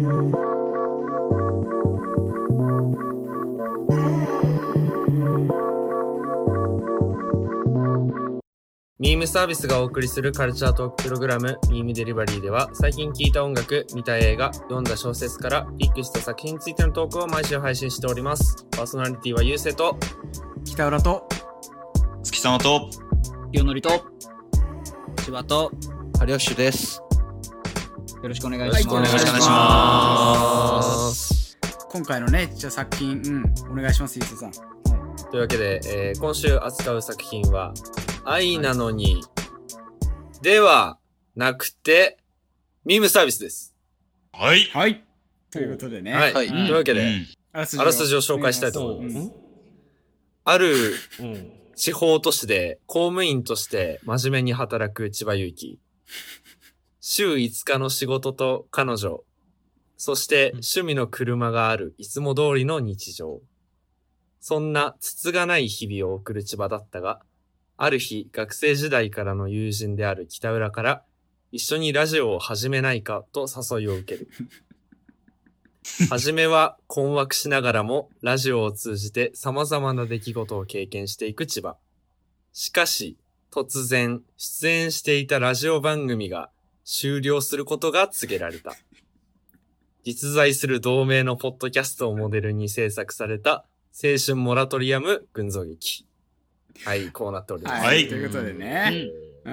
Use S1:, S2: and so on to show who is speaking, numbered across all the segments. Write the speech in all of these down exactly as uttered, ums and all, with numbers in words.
S1: ミームサービスがお送りするカルチャートークプログラムミームデリバリーでは、最近聴いた音楽、見た映画、読んだ小説からピックした作品についてのトークを毎週配信しております。パーソナリティはゆうせいと
S2: 北浦と
S3: 月様と
S4: 清則と千葉と
S5: 有吉です。
S4: よろしくお願いします。
S3: よろしくお願いします。
S2: 今回のね、じゃあ作品、うん、お願いします、ゆうせいさん。
S1: というわけで、えー、今週扱う作品は愛なのに、はい、ではなくてミームサービスです。
S3: はい。
S2: はい。ということでね。
S1: はい。はい、というわけで、うん、あらすじを紹介したいと思います。うん、ある地方都市で公務員として真面目に働く千葉祐希。週いつかの仕事と彼女。そして趣味の車があるいつも通りの日常。そんなつつがない日々を送る千葉だったが、ある日学生時代からの友人である北浦から一緒にラジオを始めないかと誘いを受ける。はじめは困惑しながらもラジオを通じて様々な出来事を経験していく千葉。しかし突然出演していたラジオ番組が終了することが告げられた。実在する同名のポッドキャストをモデルに制作された青春モラトリアム群像劇。はい、こうなっております。
S2: はい、ということでね。うん。うん、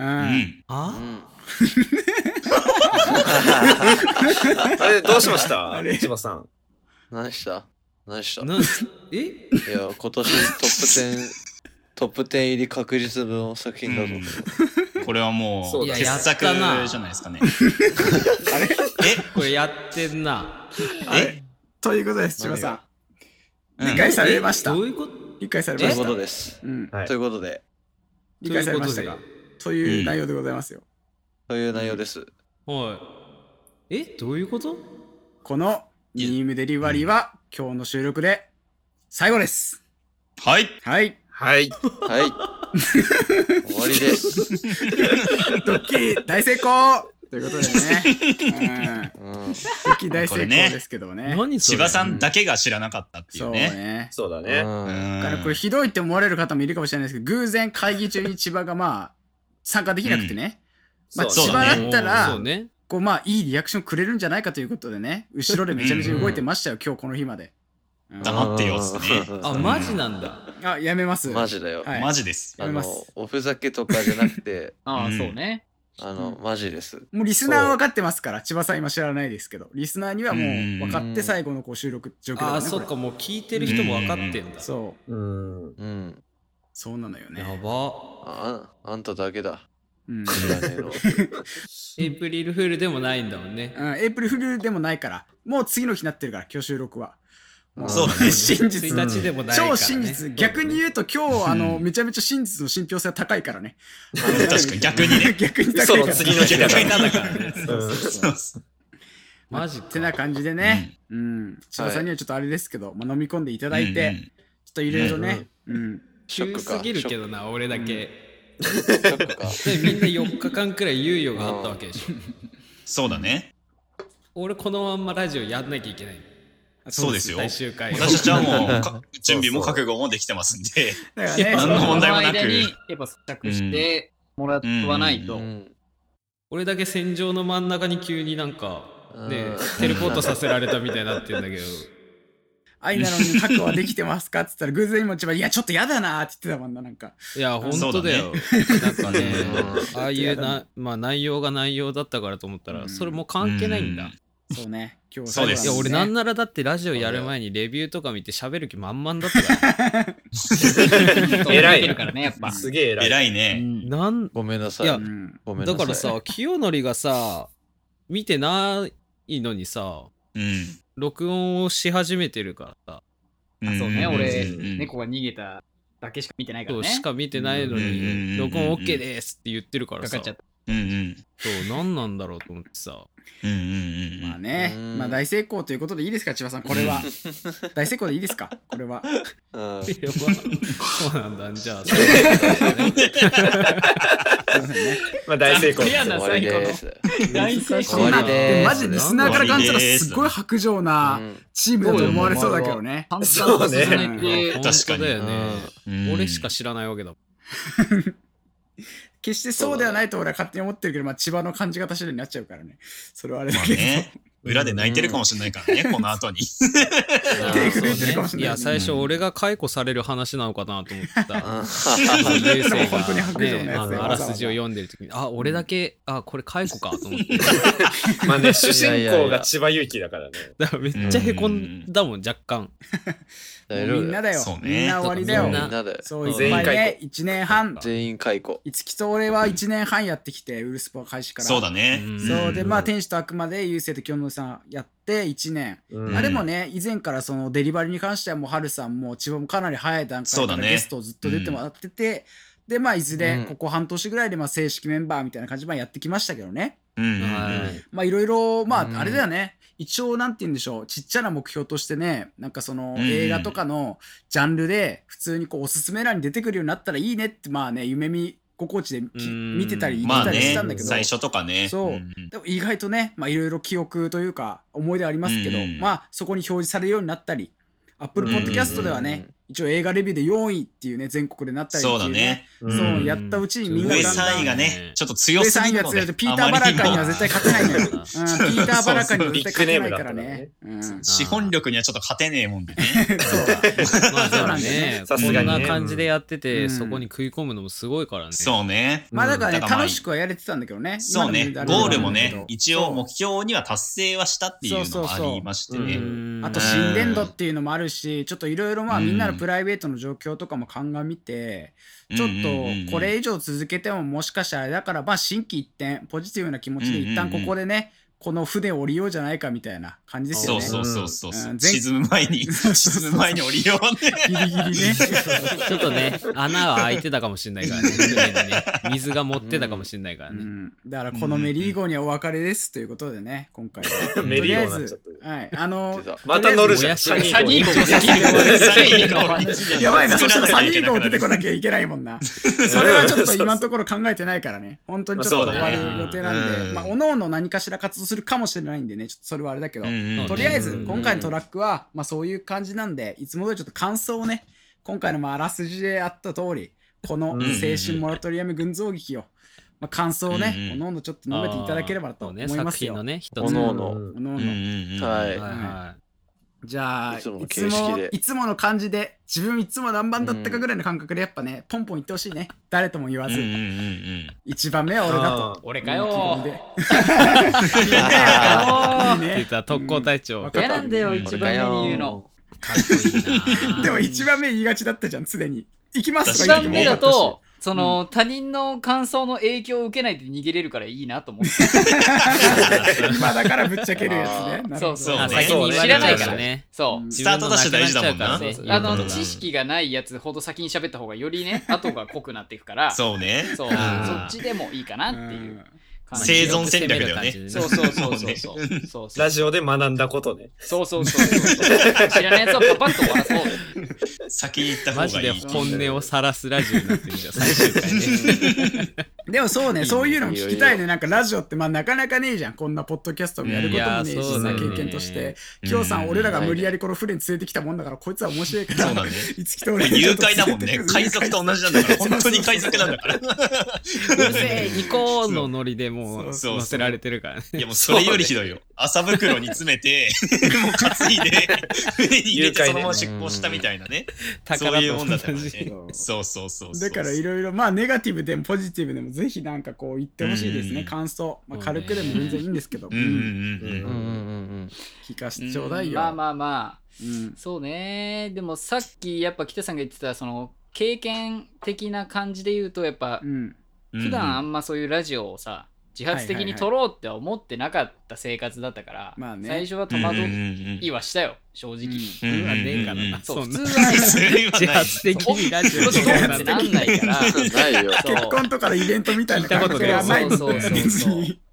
S1: あ、うん、あれどうしました千葉さん。
S5: 何した何した
S4: え
S5: いや、今年トップじゅうトップじゅう入り確実の作品だと思う、
S3: うん、これはもう傑作じゃないですかね。
S4: あれえこれやってんな。
S2: えということです、千葉さん。理解されました。
S4: どういうこと？
S2: 理解されました。
S5: ということです。うん。ということで。
S2: 理解されましたか？という内容でございますよ。
S5: という内容です。
S4: はい。え、どういうこと？
S2: このミームデリバリーは今日の収録で最後です。
S3: はい。
S2: はい。
S1: はい。
S5: はい。終わりです。
S2: ドッキリ大成功ということでね。うん。ドッキリ大成功ですけどね。
S3: 千葉さんだけが知らなかったっていうね。
S2: そうね。
S1: そうだね。
S2: だからこれひどいって思われる方もいるかもしれないですけど、偶然会議中に千葉がまあ参加できなくてね。まあ千葉だったらこうまあいいリアクションくれるんじゃないかということでね、後ろでめちゃめちゃ動いてましたよ今日この日まで。
S3: 黙ってよっすね。
S4: あ、マジなんだ。
S2: あ、やめます。
S5: マジだよ。
S3: マジです。
S5: あのおふざけとかじゃなくて。
S4: ああ、そうね。
S5: あの、マジです。
S2: もうリスナーは分かってますから、千葉さん今知らないですけど、リスナーにはもう分かって最後のこう収録状況だね。
S4: ああ、そっか、もう聞いてる人も分かってんだ。
S2: そう。うん。
S5: うん。
S2: そうなのよね。
S4: やば。
S5: あ、あんただけだ。
S2: うん。
S4: エイプリルフールでもないんだもんね。
S2: うん、エイプリルフールでもないから、もう次の日になってるから、今日収録は。
S3: そうだね。
S2: 真実。
S4: いちにちでもないから、ね。
S2: 超真実。逆に言うと今日、あの、めちゃめちゃ真実の信憑性が高いからね。
S3: 確かに逆にね。
S2: 逆に高いから。
S1: 次の日だから
S3: ね。
S2: マジってな感じでね。うん。千葉さんにはちょっとあれですけど、まあ飲み込んでいただいて、ちょっといろいろね。うん。
S4: 急すぎるけどな、俺だけ。
S5: ショックか。
S4: で、みんなよっかかんくらい猶予があったわけでしょ。
S3: そうだね。
S4: 俺このまんまラジオやんなきゃいけない。
S3: そうですよ。
S4: 私た
S3: ちはもう準備も覚悟もできてますんで、
S4: 何の問題もなく、やっぱ着してもらわないと。俺だけ戦場の真ん中に急になんかねテレポートさせられたみたいになってるんだけど。
S2: 愛なのに確保はできてますかって言ったら偶然今千葉いやちょっとやだなーって言ってたもんななんか。
S4: いや本当だよ。なんかねああいうなまあ内容が内容だったからと思ったらそれも関係ないんだ。
S2: そうね。今日
S3: そうです。
S4: いや俺なんならだってラジオやる前にレビューとか見て喋る気満々だったから。
S1: 偉い
S4: からねやっぱ。
S1: すげえ偉い。
S3: 偉いね。
S4: なん
S5: ごめんなさい。
S4: いやだからさ清則がさ見てないのにさ、録音をし始めてるからさ。
S6: そうね俺猫が逃げただけしか見てないからね。
S4: そうしか見てないのに録音 OK ですって言ってるからさ。かかっちゃった。
S3: うんうん。
S4: そう何なんだろうと思ってさ。
S3: うんうんうん。
S2: まあね、まあ大成功ということでいいですか、千葉さん、これは。大成功でいいですか、これは。
S4: そうなんだ、じゃあ。
S1: まあ大成功
S6: です。終わりです。大成功。
S2: 終わりです。マジリスナーから感じたらすごい薄情なチームだと思われそうだけどね。
S1: そうね。
S4: 確かに。俺しか知らないわけだ。
S2: 決してそうではないと俺は勝手に思ってるけど、まあ千葉の感じ方次第になっちゃうからね。それはあれだけど。
S3: 裏で泣いてるかもしれないからね、この後に。
S2: 手震えてるかもしれない。
S4: いや、最初俺が解雇される話なのかなと思った。
S2: 流星が
S4: 本当に白状のやつであらすじを読んでる時に、あ、俺だけ、あ、これ解雇かと思って。
S1: まあね、主人公が千葉祐希だからね。
S4: だからめっちゃへこんだもん、若干。
S2: みんなだよ。みんな終わりだよ。
S5: みんなだよ。
S2: そう、いっぱいね、いちねんはん。
S5: 全員解雇。
S2: いつきと俺はいちねんはんやってきて、ウルスポ開始から。
S3: そうだね。
S2: そうで、まあ、天使と悪魔で、ゆうせいと京野さんやっていちねん。あれもね、以前からそのデリバリーに関してはもう、ハルさんも千葉もかなり早い段階からゲストをずっと出てもらってて、で、まあ、いずれ、ここ半年ぐらいで、まあ、正式メンバーみたいな感じでやってきましたけどね。まあ、いろいろ、まあ、あれだよね。一応なんて言うんでしょう、ちっちゃな目標としてね、なんかその映画とかのジャンルで普通にこうおすすめ欄に出てくるようになったらいいねって、まあね、夢見心地で見てたり言ってたりしたんだけど、
S3: まあね、最初とかね、
S2: そう、うんうん、でも意外とね、まあいろいろ記憶というか思い出ありますけど、うんうん、まあそこに表示されるようになったり、Apple Podcast ではね、うんうん、一応映画レビューでよんいっていうね、全国でなったりっていう、ね、そうだね、そう、やったうちにみんな
S3: 上さんいがね、ちょっと強すぎるので、
S2: 上さんいが強いとピーター・バラカには絶対勝てないのよ、うん、ピーター・バラカには絶対勝てないからね、うん、
S3: 資本力にはちょっと勝てねえもんでね。
S4: そうまあでもね、こんな感じでやってて、うん、そこに食い込むのもすごいからね。
S3: そうね。
S2: まあだからね、楽しくはやれてたんだけどね。
S3: そうね、ゴールもね、一応目標には達成はしたっていうのもありましてね。
S2: あと新年度っていうのもあるし、ちょっといろいろまあみんなのプライベートの状況とかも鑑みて、ちょっとこれ以上続けてももしかしたらあれだから、まあ心機一転ポジティブな気持ちで一旦ここでね、この船を降りようじゃないかみたいな感じですよね。
S3: そうそうそうそう、うん、沈む前に沈む前に降りようね。
S2: ギリギリね。
S4: ちょっとね、穴は開いてたかもしれないからね。船にね、水が持ってたかもしれないからね。うん、
S2: だからこのメリー号にはお別れですということでね、今回は。
S1: メリー号になっちゃった。
S2: はい、あの
S1: また乗るじゃん。
S6: サニー号サニー
S2: 号やばいな、そしたらサニー号出てこなきゃいけないもんな。それはちょっと今のところ考えてないからね。本当にちょっと終わる予定なんで、まあおのおの何かしら活動するかもしれないんでね、ちょっとそれはあれだけど、とりあえず今回のトラックはまあそういう感じなんで、いつも通りちょっと感想をね、今回のまああらすじであった通り、この青春モラトリアム群像劇をまあ感想をね、おのおのちょっと述べていただければと思いますよ。
S4: 作品のね、一つ
S5: おのおの、
S2: おのおの、はい。じゃあいつもいつもの感じで、自分いつも何番だったかぐらいの感覚でやっぱね、ポンポン言ってほしいね。誰とも言わず、いちばんめは俺だと。
S6: 俺かよー。
S4: 言った特攻隊長。
S6: やなんだよいちばんめに言うの。
S4: かっこいいな。
S2: でもいちばんめ言いがちだったじゃん、常に。行きます
S6: とか言ってもいちばんめだと。その、うん、他人の感想の影響を受けないで逃げれるからいいなと思って
S2: 今だからぶっちゃけるやつね。
S6: そうそう、
S4: ね、先に知らないからね。
S6: そう、
S3: スタートダッシュ大事だもんな。
S6: あの知識がないやつほど先に喋った方がよりね後が濃くなっていくから
S3: そうね、
S6: そう、そっちでもいいかなっていう
S3: 生存戦略だよね。
S6: そうそうそうそうそう
S1: ラジオで学んだことね。
S6: そうそうそうそう知らないやつをパパッと終わらそう
S3: 先に行った方がいい。
S4: マジで本音を晒すラジオになってるじゃん最終回ね。
S2: でもそうね、そういうの聞きたいね。なんかラジオってまあなかなかねえじゃん、こんなポッドキャストもやることもねえしさ、経験としてきょうさん俺らが無理やりこの船に連れてきたもんだから、こいつは面白いから、いつきと俺
S3: 誘拐だもんね。海賊と同じなんだから本当に海賊なんだから。う
S4: るせえ行こうのノリでもう乗せられてるからね。
S3: いやもうそれよりひどいよ。麻袋に詰めてもう担いで船に入れてそのまま出航したみたいなね。そういうもんだったからね。そうそうそう。
S2: だからいろいろまあネガティブでもポジティブでもぜひなんかこう言ってほしいですね、感想。まあ軽くでも全然いいんですけど。聞かせてちょうだいよ。
S6: まあまあまあ、そうね。でもさっきやっぱ北さんが言ってたその経験的な感じで言うとやっぱ普段あんまそういうラジオをさ自発的に撮ろうって思ってなかった生活だったから、まあね、最初は戸惑いはしたよ、正直。
S4: 普通はねえかな。
S6: そう、普通は
S4: 自発的にラジオ
S6: 撮ろうってなんないから。
S2: 結婚とかのイベントみたいな感覚がないんだよ。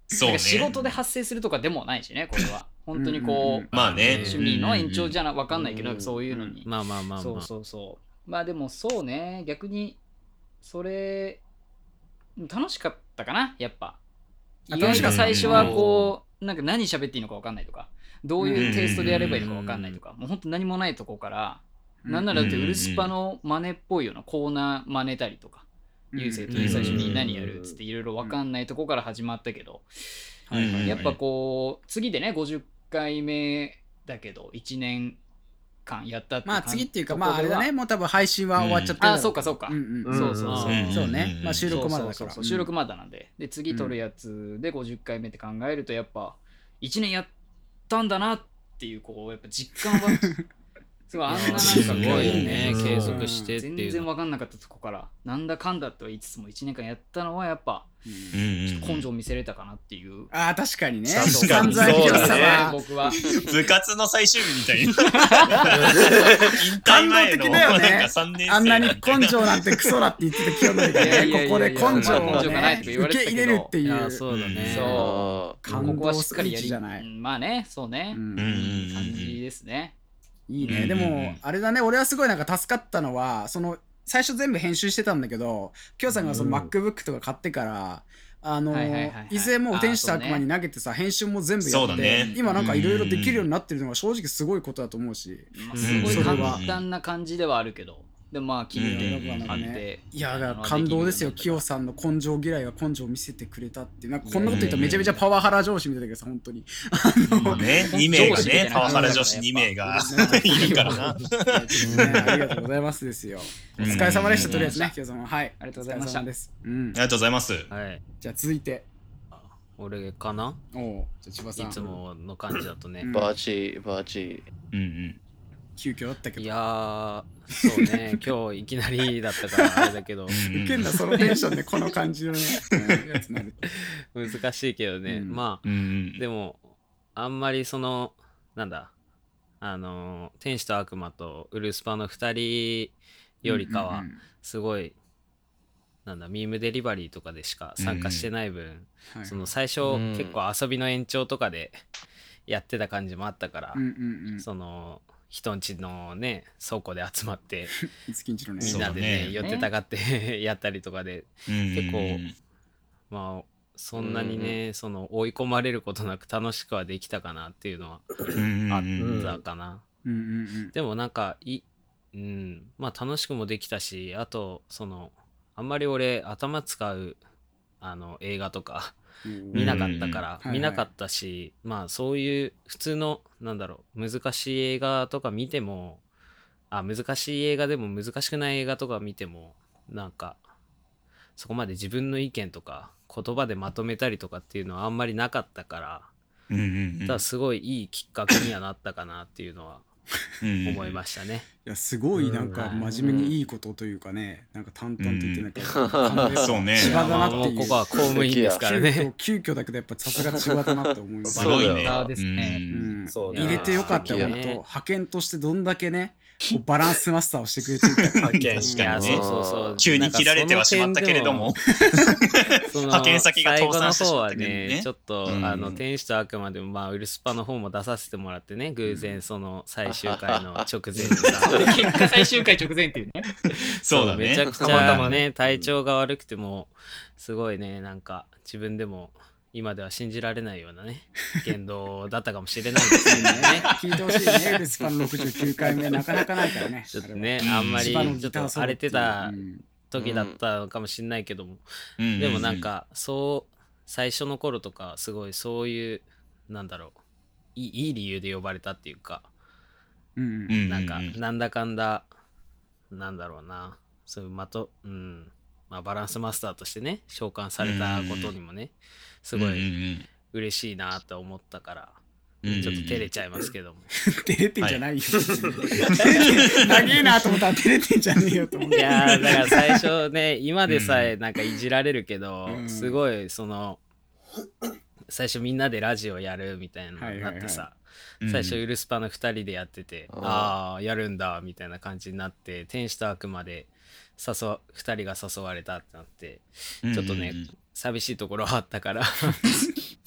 S3: そうね、
S6: 仕事で発生するとかでもないしね、これは。本当にこう、
S3: まあね、
S6: 趣味の延長じゃな、わかんないけど、そういうのに。
S4: まあまあまあまあ。
S6: そうそうそう。まあでもそうね、逆に、それ、楽しかったかな、やっぱ。意外と最初はこう、なんか何喋っていいのかわかんないとか、どういうテイストでやればいいのかわかんないとか、もう本当何もないとこから、なんならだってウルスパの真似っぽいようなコーナー真似たりとか、ゆうせいと最初に何やるっつっていろいろわかんないとこから始まったけど、やっぱこう次でねごじゅっかいめだけどいちねんかんやったって
S2: まあ次っていうかまああれだね、もう多分配信は終わっちゃってる、
S6: あそうかそうか、そうそうそう
S2: そうね、まあ収録まだだから
S6: 収録まだなんで、で次撮るやつでごじゅっかいめって考えるとやっぱいちねんやったんだなっていうこうやっぱ実感はすごいあんななんかす
S4: ごいね継続してっていう
S6: 全然分かんなかったとこからなんだかんだとは言いつつもいちねんかんやったのはやっぱ根性見せれたかなっていう。
S2: ああ確かにね。
S3: 確かにそうだね。僕は部活の最終日みたいな。引退前のなんかさんねん生
S2: あんなに根性なんてクソだって言ってた清則がね、ここで根性をね受け入れるっていう。
S4: そうだね。
S6: そう。ここはしっかりやり
S2: じゃない。
S6: まあね、そうね。いい感じですね。
S2: いいね。でもあれだね、俺はすごいなんか助かったのはその。最初全部編集してたんだけど、きょうさんがその MacBook とか買ってから、あのいずれもう天使と悪魔に投げてさ、編集も全部やって、今なんかいろいろできるようになってるのが正直すごいことだと思うし、
S6: すごい簡単な感じではあるけど、でもまあ気に入ってあって、
S2: いやだから感動ですよ。きよさんの根性嫌いが根性を見せてくれたっていう、なんかこんなこと言ったらめちゃめちゃパワハラ上司みたいだけどさ、本当に
S3: あのねにめいがね、パワハラ上司にめいがいるからな。あ
S2: りがとうございますですよ。お疲れ様でした。とりあえずね、きよさんははい
S6: ありがとうございました。
S2: あ
S3: りがとうございます。
S2: じゃあ続いて
S4: 俺かな。
S2: おじゃあ千葉さん。
S4: いつもの感じだとね。
S5: バーチバーチ。
S3: うんうん。
S2: 急遽だったけど。
S4: いやーそうね今日いきなりだったからあれだけど
S2: ウケんなそのテンションでこの感じのねやつなる
S4: 難しいけどね、うん、まあ、うん、でもあんまりそのなんだあの天使と悪魔とウルスパのふたりよりかはすごいなんだミームデリバリーとかでしか参加してない分、うん、その最初、うん、結構遊びの延長とかでやってた感じもあったから、うんうんうん、その人んちのね倉庫で集まってみんなでね寄ってたがってやったりとかで結構まあそんなにねその追い込まれることなく楽しくはできたかなっていうのはあったかな。でもなんかいうんまあ楽しくもできたし、あとそのあんまり俺頭使うあの映画とか見なかったから見なかったし、まあそういう普通のなんだろう難しい映画とか見てもあ難しい映画でも難しくない映画とか見てもなんかそこまで自分の意見とか言葉でまとめたりとかっていうのはあんまりなかったから、うんうんうん、ただすごいいいきっかけにはなったかなっていうのは思いましたね。
S2: いやすごいなんか真面目にいいことというかね、なんか淡々と言ってなんか、
S3: うん、そうね。
S2: 千葉だなっていう。
S4: ここは公務員ですからね。
S2: 急遽だけどやっぱさすが千葉だなって思います。
S3: すごいね。
S6: ですね。
S2: うん、そう入れてよかったよ、本当。派遣としてどんだけね。バランスマスターをしてくれてる
S3: 派遣確かにね。そうそうそう急に切られてはしまったけれども派遣先が倒産してしまったけどね。
S4: 最後の方はねちょっと、うん、あの天使と悪魔でもまあウルスパの方も出させてもらってね偶然その最終回の直前にさ
S6: 結果最終回直前っていうね
S3: そうだね
S4: めちゃくちゃね体調が悪くてもすごいねなんか自分でも今では信じられないようなね言動だったかもしれないですけどね
S2: 聞いてほしいね。ウルスパのろくじゅうきゅうかいめなかなかないからね。
S4: ちょっとねあんまりちょっと荒れてた時だったのかもしれないけども、うん、でもなんかそう最初の頃とかすごいそういうなんだろういい、いい理由で呼ばれたっていうか、うん、なんかなんだかんだなんだろうなそういうまとうんまあバランスマスターとしてね召喚されたことにもね、うんすごい嬉しいなって思ったから、うんうん、ちょっと照れちゃいますけども
S2: 照れてんじゃないよ、はい、長えなと思ったら照れてんじゃねえよと思って。
S4: いやだから最初ね今でさえなんかいじられるけど、うん、すごいその最初みんなでラジオやるみたいなのになってさ、はいはいはい、最初ウルスパのふたりでやってて、うん、ああやるんだみたいな感じになって天使と悪魔で誘ふたりが誘われたってなってちょっとね、うんうんうん、寂しいところはあったから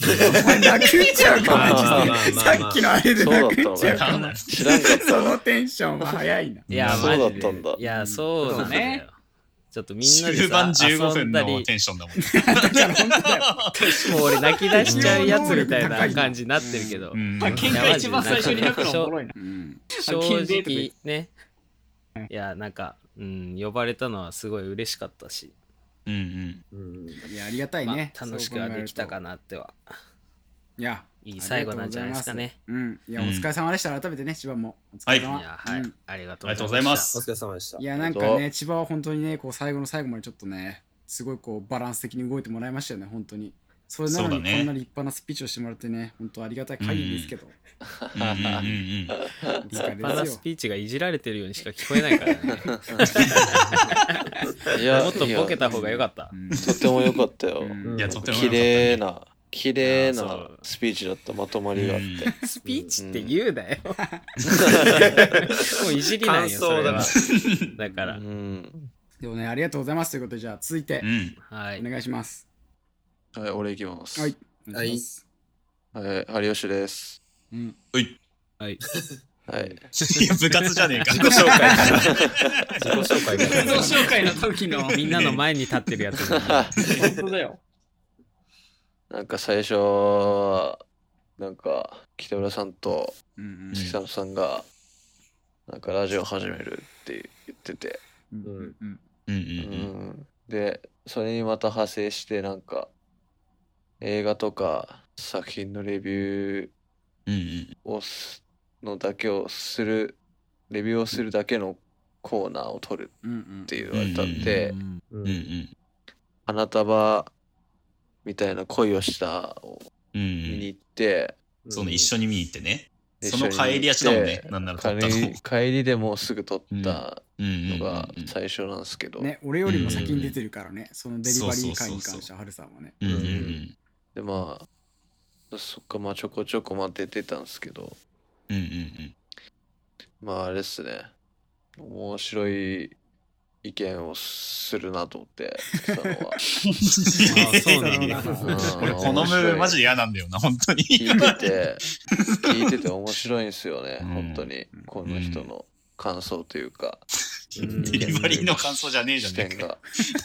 S2: お前泣くんちゃうかマジで。さっきのあれで泣くんちゃうかも。
S5: 知らんかった。
S2: そのテンションは早いな。
S4: いや、
S5: そうだったんだ。
S4: いや、そうだね。ちょっとみんなで
S3: 終盤じゅうごふんのテンションだもん。
S4: もう俺泣き出しちゃうやつみたいな感じになってるけど。
S6: 喧嘩一番最初に泣くのおもろいな。
S4: 正直ね。いや、なんか、うん、呼ばれたのはすごい嬉しかったし。
S3: うんうん。
S2: いや、ありがたいね。
S4: 楽しくはできたかなっては。
S2: いや、
S4: いい最後なんじゃないですかね。
S2: うん。いや、お疲れ様でした。改めてね、千葉も。お疲れ様。
S4: はい。はい。ありがと
S3: うございます。
S1: お疲れ様でした。
S2: いや、なんかね、千葉は本当にね、こう、最後の最後までちょっとね、すごいこう、バランス的に動いてもらいましたよね、本当に。それなのに、こんな立派なスピーチをしてもらってね、本当ありがたい限りですけど。
S4: 立派なスピーチがいじられてるようにしか聞こえないからね。いや、もっとボケた方が良かった。
S5: とても良かったよ。
S3: いや、とても
S5: 綺麗な。綺麗なスピーチだった、まとまりがあって。
S4: スピーチって言うなよ。もういじりないよ、それは。だから。
S2: でもね、ありがとうございますということで、じゃあ続いて、お願いします。
S5: はい、俺いきます。
S2: はい。
S1: はい。
S5: はい、有吉です。
S3: うん。はい。
S4: はい。
S5: はい。
S3: いや、部活じゃねえか。
S1: 自己紹介から。自己紹介から。
S6: 自己紹介の時の
S4: みんなの前に立ってるやつ。
S6: 本当だよ。
S5: なんか最初はなんか北村さんと月佐野さんがなんかラジオ始めるって言ってて、でそれにまた派生してなんか映画とか作品のレビューをのだけをするレビューをするだけのコーナーを撮るって言われたんで、花束みたいな恋をしたを見に行って、
S3: うんうん、そうね、一緒に見に行ってね。その帰りやちだもんね。なんなら撮ったの。
S5: 帰りでもうすぐ撮ったのが最初なんですけど。
S2: ね、俺よりも先に出てるからね、そのデリバリー会に関しては、はるさんはね。
S5: うんうんうん、で、まあ、そっか、まあちょこちょこまあ出てたんですけど、
S3: うんうんうん、
S5: まああれっすね、面白い意見をするなと思ってたのは。
S3: あ、そうなんだ。俺このムマジで嫌なんだよな、本当に。
S5: 聞いてて、聞いてて面白いんですよね、うん、本当に。この人の感想というか。
S3: デリバリーの感想じゃねえじゃねえか。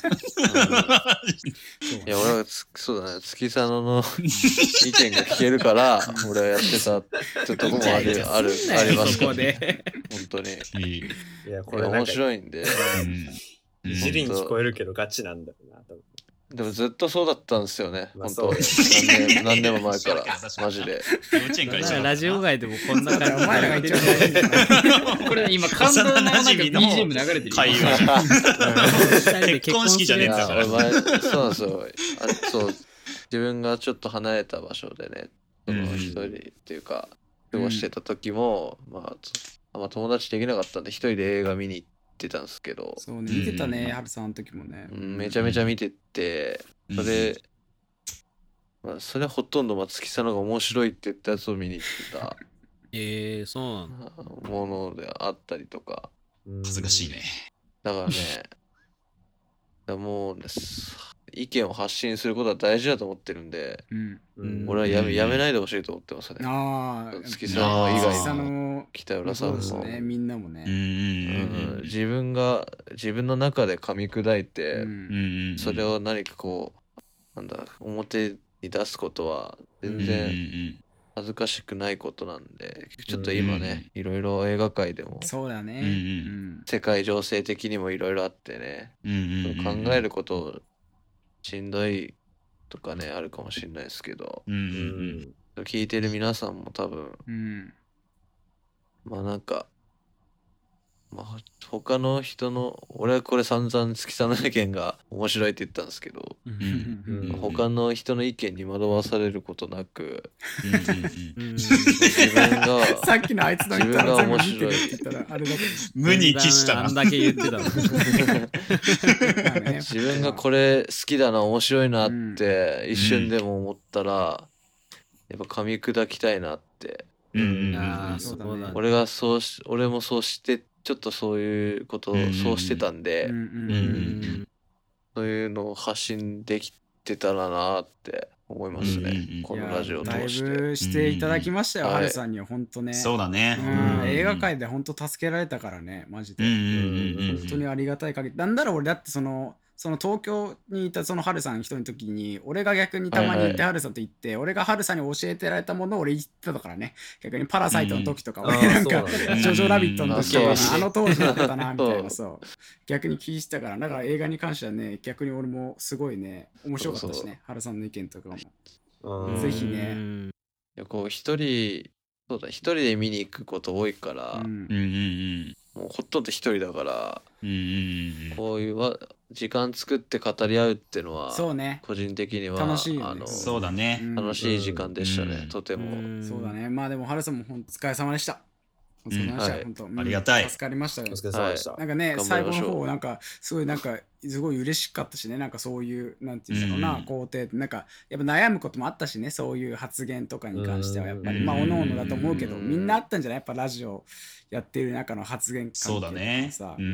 S5: いや、俺はそうだね、月佐野の意見が聞けるから、俺はやってたってとこもある、ある、ありますからね。本当に。
S1: いや、これ
S5: 面白いんで。
S1: いじりに聞こえるけどガチなんだろうな、多分。
S5: でもずっとそうだったんですよね、本当。何年、何年も前から、マジで。
S4: ラジオ外でもこんな感じ。
S2: お前らが一番
S6: これ今感動のなんか ビージーエム 流れてる。
S3: 会話じゃん。結婚式じゃねえんだから。
S5: そうなんですよ。そう、自分がちょっと離れた場所でね、その一人っていうか過ごしてた時も、まああんま友達できなかったんで一人で映画見に行って。てたんですけど、
S2: そうね、見てたね、はるさんの時もね、
S5: うん、めちゃめちゃ見てて、それ、うん、まあ、それほとんど松木さんのが面白いって言ったやつを見に行ってた
S4: えー、そうな
S5: のものであったりとか、
S3: 恥ずかしいね。
S5: だからねだもうです意見を発信することは大事だと思ってるんで、
S2: うん
S5: うん、俺はやめ、やめないでほしいと思ってますね。
S2: ああ、
S5: 月さん以外の北浦さんも、
S2: そうですね、みんなもね、うん
S5: うん、自分が自分の中で噛み砕いて、うん、それを何かこうなんだ表に出すことは全然恥ずかしくないことなんで、ちょっと今ね、いろいろ映画界でも
S2: そうだね、
S5: うん、世界情勢的にもいろいろあってね、考えることをしんどいとかねあるかもしれないですけど、
S3: うんうん
S5: うん、聞いてる皆さんも多分、
S2: うん、
S5: まあなんか、まあ、他の人の俺はこれ散々月さんの意見が面白いって言ったんですけど、
S3: うん
S5: うん、他の人の意見に惑わされることなく、
S3: うんうん、
S5: 自分が
S2: さっきのあいつの言ったら全部見てるって言ったらあれだけど
S3: 無に帰したな。
S4: あんだけ言ってたの
S5: 自分がこれ好きだな面白いなって一瞬でも思ったら、やっぱ噛み砕きたいなって、
S3: うん
S4: ああそうだね、
S5: 俺がそうし俺もそうしてちょっとそういうことをそうしてたんで、
S2: うんうんうん、
S5: そういうのを発信できてたらなって思いますね、うんうん、このラジオを通して。
S2: だいぶしていただきましたよ、ハルさんには本当ね。
S3: そうだね、
S2: うん、映画界で本当助けられたからね、マジで。本当にありがたい限り。なんだろう、俺だってそのその東京にいたそのハルさん一人の時に俺が逆にたまに行ってハルさんと行って、はいはい、俺がハルさんに教えてられたものを俺言ってたからね。逆にパラサイトの時とか、うん、俺なんかジョジョラビットの時とか、あの当時だったなみたいなそう逆に聞いてたから、だから映画に関してはね逆に俺もすごいね面白かったしね、ハルさんの意見とかもぜひね。
S5: いやこう一人そうだ一人で見に行くこと多いから、うん、もうほとんど一人だから、うん、こういうわ時間作って語り合うっていうのは
S2: そうね
S5: 個人的には
S2: 楽しいよね。
S5: あの
S3: そうだね
S5: 楽しい時間でしたね、うん、とても、
S2: うん、そうだね。まあでもハルさんもほんとお疲れ様でした。お疲れ様でした、うん、本当、うん、
S3: ありがたい
S2: 助かりましたよ。
S1: お疲れ様でした、
S2: はい、なんかね最後の方なんかすごいなんかすごい嬉しかったしね、なんかそういうなんていうんだろうな、うん、肯定なんかやっぱ悩むこともあったしね、そういう発言とかに関してはやっぱり、うん、まあおのおのだと思うけど、うん、みんなあったんじゃない、やっぱラジオやってる中の発言関係
S3: そうだね
S2: さ、うんうん、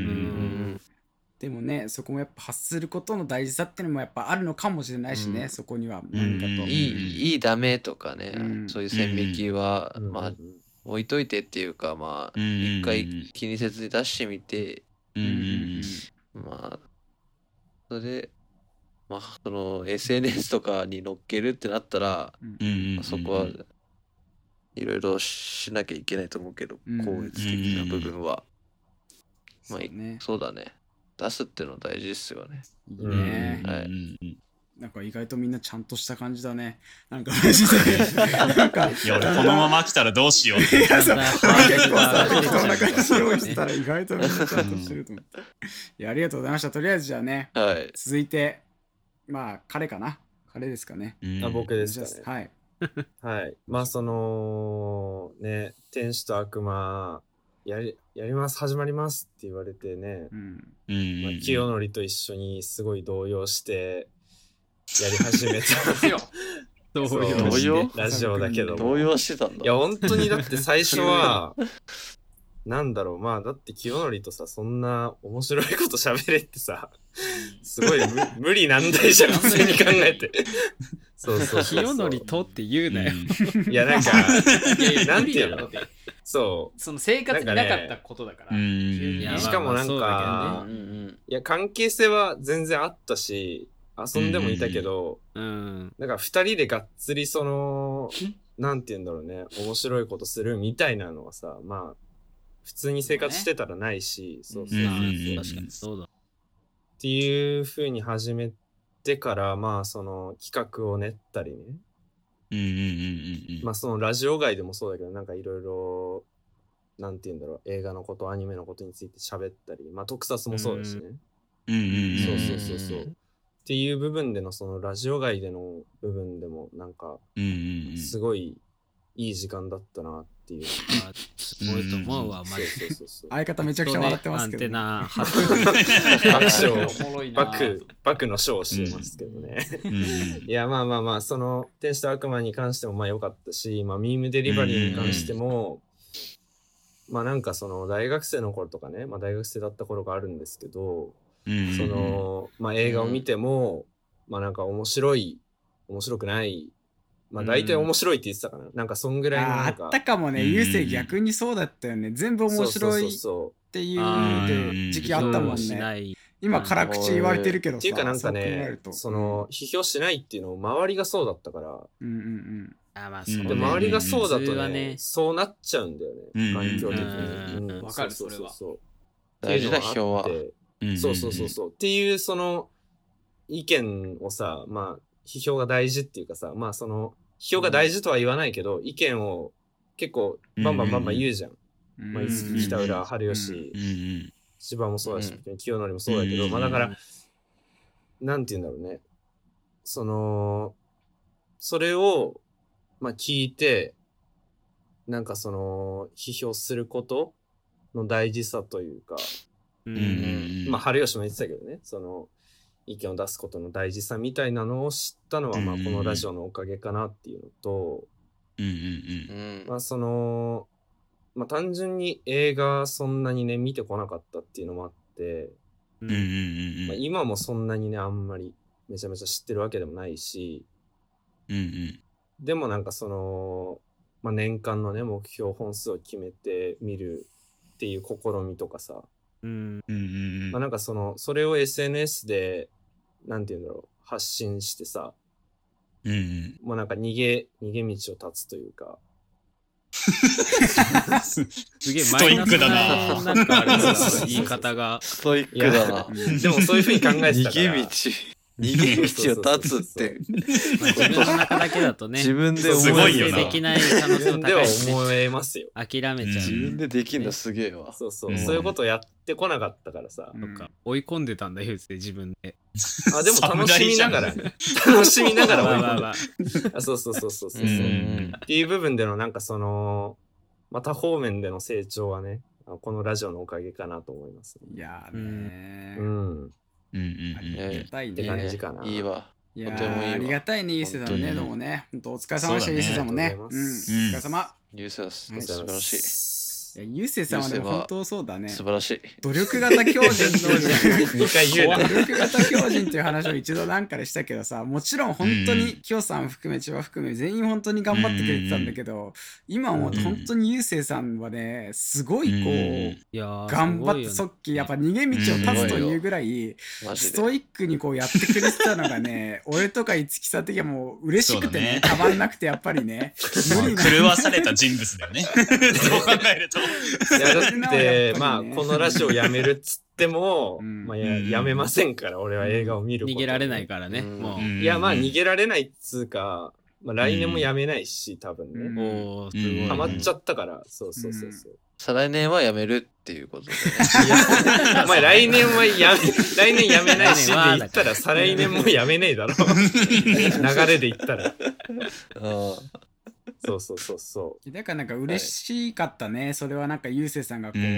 S2: でもねそこもやっぱ発することの大事さっていうのもやっぱあるのかもしれないしね、うん、そこには何かと、
S5: いいいいダメとかね、うん、そういう線引きは、うん、まあ置いといてっていうか、まあ一回気にせずに出してみて、うんうんうん、まあそれでまあその エスエヌエス とかに載っけるってなったら、うんまあ、そこはいろいろしなきゃいけないと思うけど、うん、効率的な部分は、うん、まあそうね、そうだね、出すっていうのは大事ですよね。
S2: いいね、はい、うんなんか意外とみんなちゃんとした感じだね。なんかマジでなんか
S3: いや俺このまま来たらどうしようって。いやそう
S2: 結構さ適当な感じ用意してたら意外とみんなちゃんとしてると思って。いやありがとうございました。とりあえずじゃあね、はい、続いてまあ彼かな彼ですかね。
S1: あ僕ですかね。
S2: はい
S1: はいまあそのね天使と悪魔やりやります始まりますって言われてね、うんまあ、清則と一緒にすごい動揺してやり始めたよ。
S5: 動揺
S1: ラジオだけど
S5: 動揺してたんだ。
S1: いや本当にだって最初はなんだろうまあだって清則とさそんな面白いこと喋れってさすごい無理難題じゃん普通に考えて。
S4: そうそうそう清則とって言うなよ。
S1: いやなんかなんていうのそう
S6: その生活になかったことだから。
S1: ね、しかもなんか、ね、いや関係性は全然あったし。遊んでもいたけど、うん、なんか二人でがっつりそのなんて言うんだろうね面白いことするみたいなのはさまあ普通に生活してたらないし、そうそうそう
S4: 確かにそうだ
S1: っていう風に始めてからまあその企画を練ったりね、うんうんうんうん、まあそのラジオ外でもそうだけどなんかいろいろなんて言うんだろう映画のことアニメのことについて喋ったりまあ特撮もそうだしね、うんうんうん、そうそうそうそうっていう部分でのそのラジオ外での部分でもなんかすごいいい時間だったなっていう。
S4: あすごいと思うわ、マジで。
S2: 相方めちゃくちゃ笑ってますけど、ね。
S1: アンテナ爆笑バクバクのショーをしてますけどね。いやまあまあまあその天使と悪魔に関してもまあ良かったし、まあミームデリバリーに関してもまあなんかその大学生の頃とかね、まあ大学生だった頃があるんですけど。そのまあ映画を見ても、うん、まあなんか面白い面白くないまあ大体面白いって言ってたかな、うん、なんかそんぐらいのなんか
S2: あったかもね、ゆうせい逆にそうだったよね、全部面白いっていう時期あったもんね。今辛口言われてるけどさ
S1: っていうかなんかねその批評しないっていうのを周りがそうだったから、うんうんうんあまあそうね、で周りがそうだと ね, ねそうなっちゃうんだよね、環境的に。
S6: わ、うん、かるそれは
S5: 大事な批評は
S1: そうそうそうそうっていうその意見をさまあ批評が大事っていうかさまあその批評が大事とは言わないけど、うん、意見を結構バンバンバンバン言うじゃん、うんまあ、北浦春吉、うん、芝もそうだし、うん、清則もそうだけど、うん、まあだからなんて言うんだろうねそのそれをまあ聞いてなんかその批評することの大事さというかうんうん、まあ春吉も言ってたけどねその意見を出すことの大事さみたいなのを知ったのは、まあこのラジオのおかげかなっていうのと、うんうんうん、まあそのまあ単純に映画そんなにね見てこなかったっていうのもあって、うんうんうんまあ、今もそんなにねあんまりめちゃめちゃ知ってるわけでもないし、
S3: うんうん。
S1: でもなんかその、まあ、年間のね、目標本数を決めてみるっていう試みとかさ、
S4: うん
S3: うんうんうん。
S1: まあ、なんかその、それを エスエヌエス で、なんていうんだろう、発信してさ、
S3: うんうん。
S1: もうなんか逃げ、逃げ道を断つというか、
S4: すげえマイナスななんかあれだ言い方が
S5: ストイックだな。
S1: でもそういうふうに考えてたから。
S5: 逃げ道。逃げ道を断つって。
S4: 自分の中だけだとね。
S5: 自分で
S3: 思いよな。
S4: できない可能性も高いし、
S1: ね。思えますよ。
S4: 諦めちゃう。
S5: 自分でできんだすげえわ。
S1: そうそう、うん。そういうことやってこなかったからさ。
S4: なんか追い込んでたんだよって自分で。
S1: あ、でも楽しみながら、ね、楽しみながら追い込んでた。あ、そうそうそうそうそう。っていう部分でのなんかその、また方面での成長はね、このラジオのおかげかなと思います、
S2: ね。いやーね
S1: ー。うん。
S3: うんうん。
S2: ありがたいね。
S1: って感じかな。
S5: いいわ。
S2: いやーありがたいね、ゆうせさんね。どうもね。本当お疲れ様でした、ゆうせさんもね。うん。お疲れ様。
S5: ゆうせさん、素晴らしい。
S2: いやゆうせさんはでも本当そうだね。
S5: 素晴らしい。
S2: 努力型強人の
S1: にかい言うな。
S2: 努力型強人っていう話を一度なんかでしたけどさ、もちろん本当にきょうさん含め千葉含め全員本当に頑張ってくれてたんだけど、今も本当にゆうせいさんはねすごいこう頑張ってそっきやっぱ逃げ道を断つというぐらいストイックにこうやってくれてたのがね、俺とか五木さん的にはもう嬉しくてねたまんなくてやっぱりね
S3: 無理な狂わされた人物だよね。そう考えると。
S1: いやだってね、まあこのラジオやめるっつっても、うん、まあ、や, やめませんから俺は映画を見ること、
S4: 逃げられないからね、うん、もう
S1: いやまあ逃げられないっつうか、まあ、来年もやめないし多分ね、うん、
S4: おすごい、ね、
S1: ハマっちゃったからそうそうそうそう、うん、
S5: 再来年はやめるっていうことで、ね、
S1: お前来年はやめ来年やめないしって言ったら再来年もやめねえだろ流れで言ったらそうそうそうそう
S2: だからなんか嬉しかったね、はい、それはなんかゆうせいさんがこう、うん、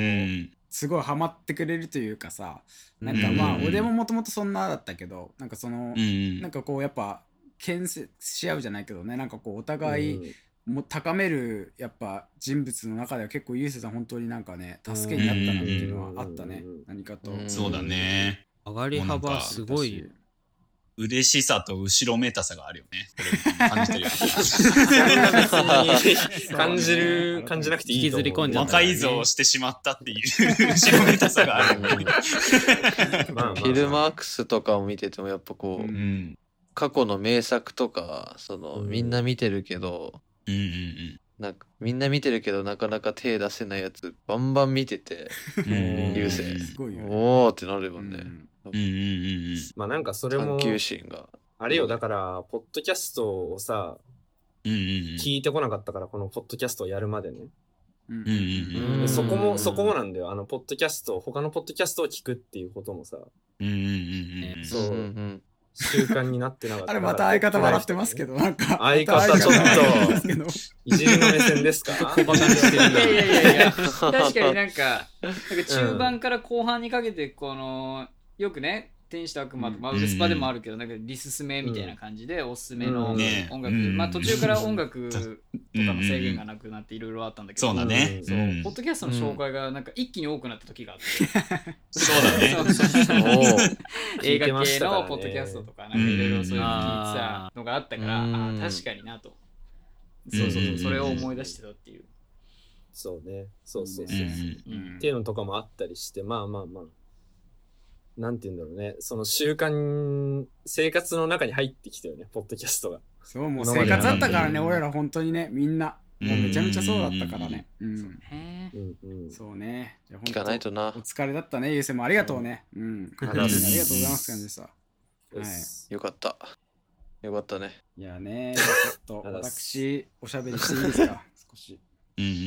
S2: すごいハマってくれるというかさ、なんかまあ、うん、俺ももともとそんなだったけどなんかその、うん、なんかこうやっぱ牽制し合うじゃないけどね、なんかこうお互いも高めるやっぱ人物の中では結構ゆうせいさん本当になんかね助けになったなっていうのはあったね、うん、何かと、
S3: うん、そうだね、
S4: 上がり幅すごい
S3: 嬉しさと後ろめたさがあるよね。感じてるよ。
S1: 感じる感じなくていいと思う。
S4: 引きずり込んじゃ
S3: った、ね。魔改造してしまったっていう後ろめたさがある。
S5: フィルマークスとかを見ててもやっぱこう、うん、過去の名作とかその、うん、みんな見てるけど、
S3: うんうんうん、
S5: なんかみんな見てるけどなかなか手出せないやつバンバン見てて、優勢。おーってなるもんね。うん
S3: うんうんうん、
S1: まあなんかそれも
S5: 探求心が
S1: あれよ、だからポッドキャストをさ、
S3: うんうんうん、
S1: 聞いてこなかったからこのポッドキャストをやるまでね、
S3: うんうんうん、
S1: そこもそこもなんだよ、あのポッドキャスト他のポッドキャストを聞くっていうこともさ、
S3: うんうんうん、
S1: そう、うんうん、習慣になってなかった
S2: あれまた相方笑ってますけど、なんか
S1: 相方ちょっといじりの目線ですか
S6: いやいやいやいや確かになんかなんか中盤から後半にかけてこのよくね天使と悪魔と、まあ、ウルスパでもあるけど、なんかリススメみたいな感じでおすすめの音楽、まあ途中から音楽とかの制限がなくなっていろいろあったんだけど、
S3: そうだね、
S6: そうポッドキャストの紹介がなんか一気に多くなった時があって、
S3: そうだね
S6: 映画系のポッドキャストとかなんかいろいろそういうの聞いてたのがあったから、あ確かになと、そうそうそうそれを思い出してたっていう、
S1: そうね、そうそうそうっていうのとかもあったりして、まあまあまあなんて言うんだろうね、その習慣生活の中に入ってきたよね、ポッドキャストが。
S2: そうもう生活だったからね、俺ら本当にね、みんなもうめちゃめちゃそうだったからね。うん。そうね。
S5: じゃあ聞かないとな。
S2: お疲れだったね、ゆうせもありがとうね。うん。ありがとうございます感じでさ。はい。
S5: よかった。よかったね。
S2: いやね、ちょっと私おしゃべりしていいですか、少し。
S3: うんうんうん。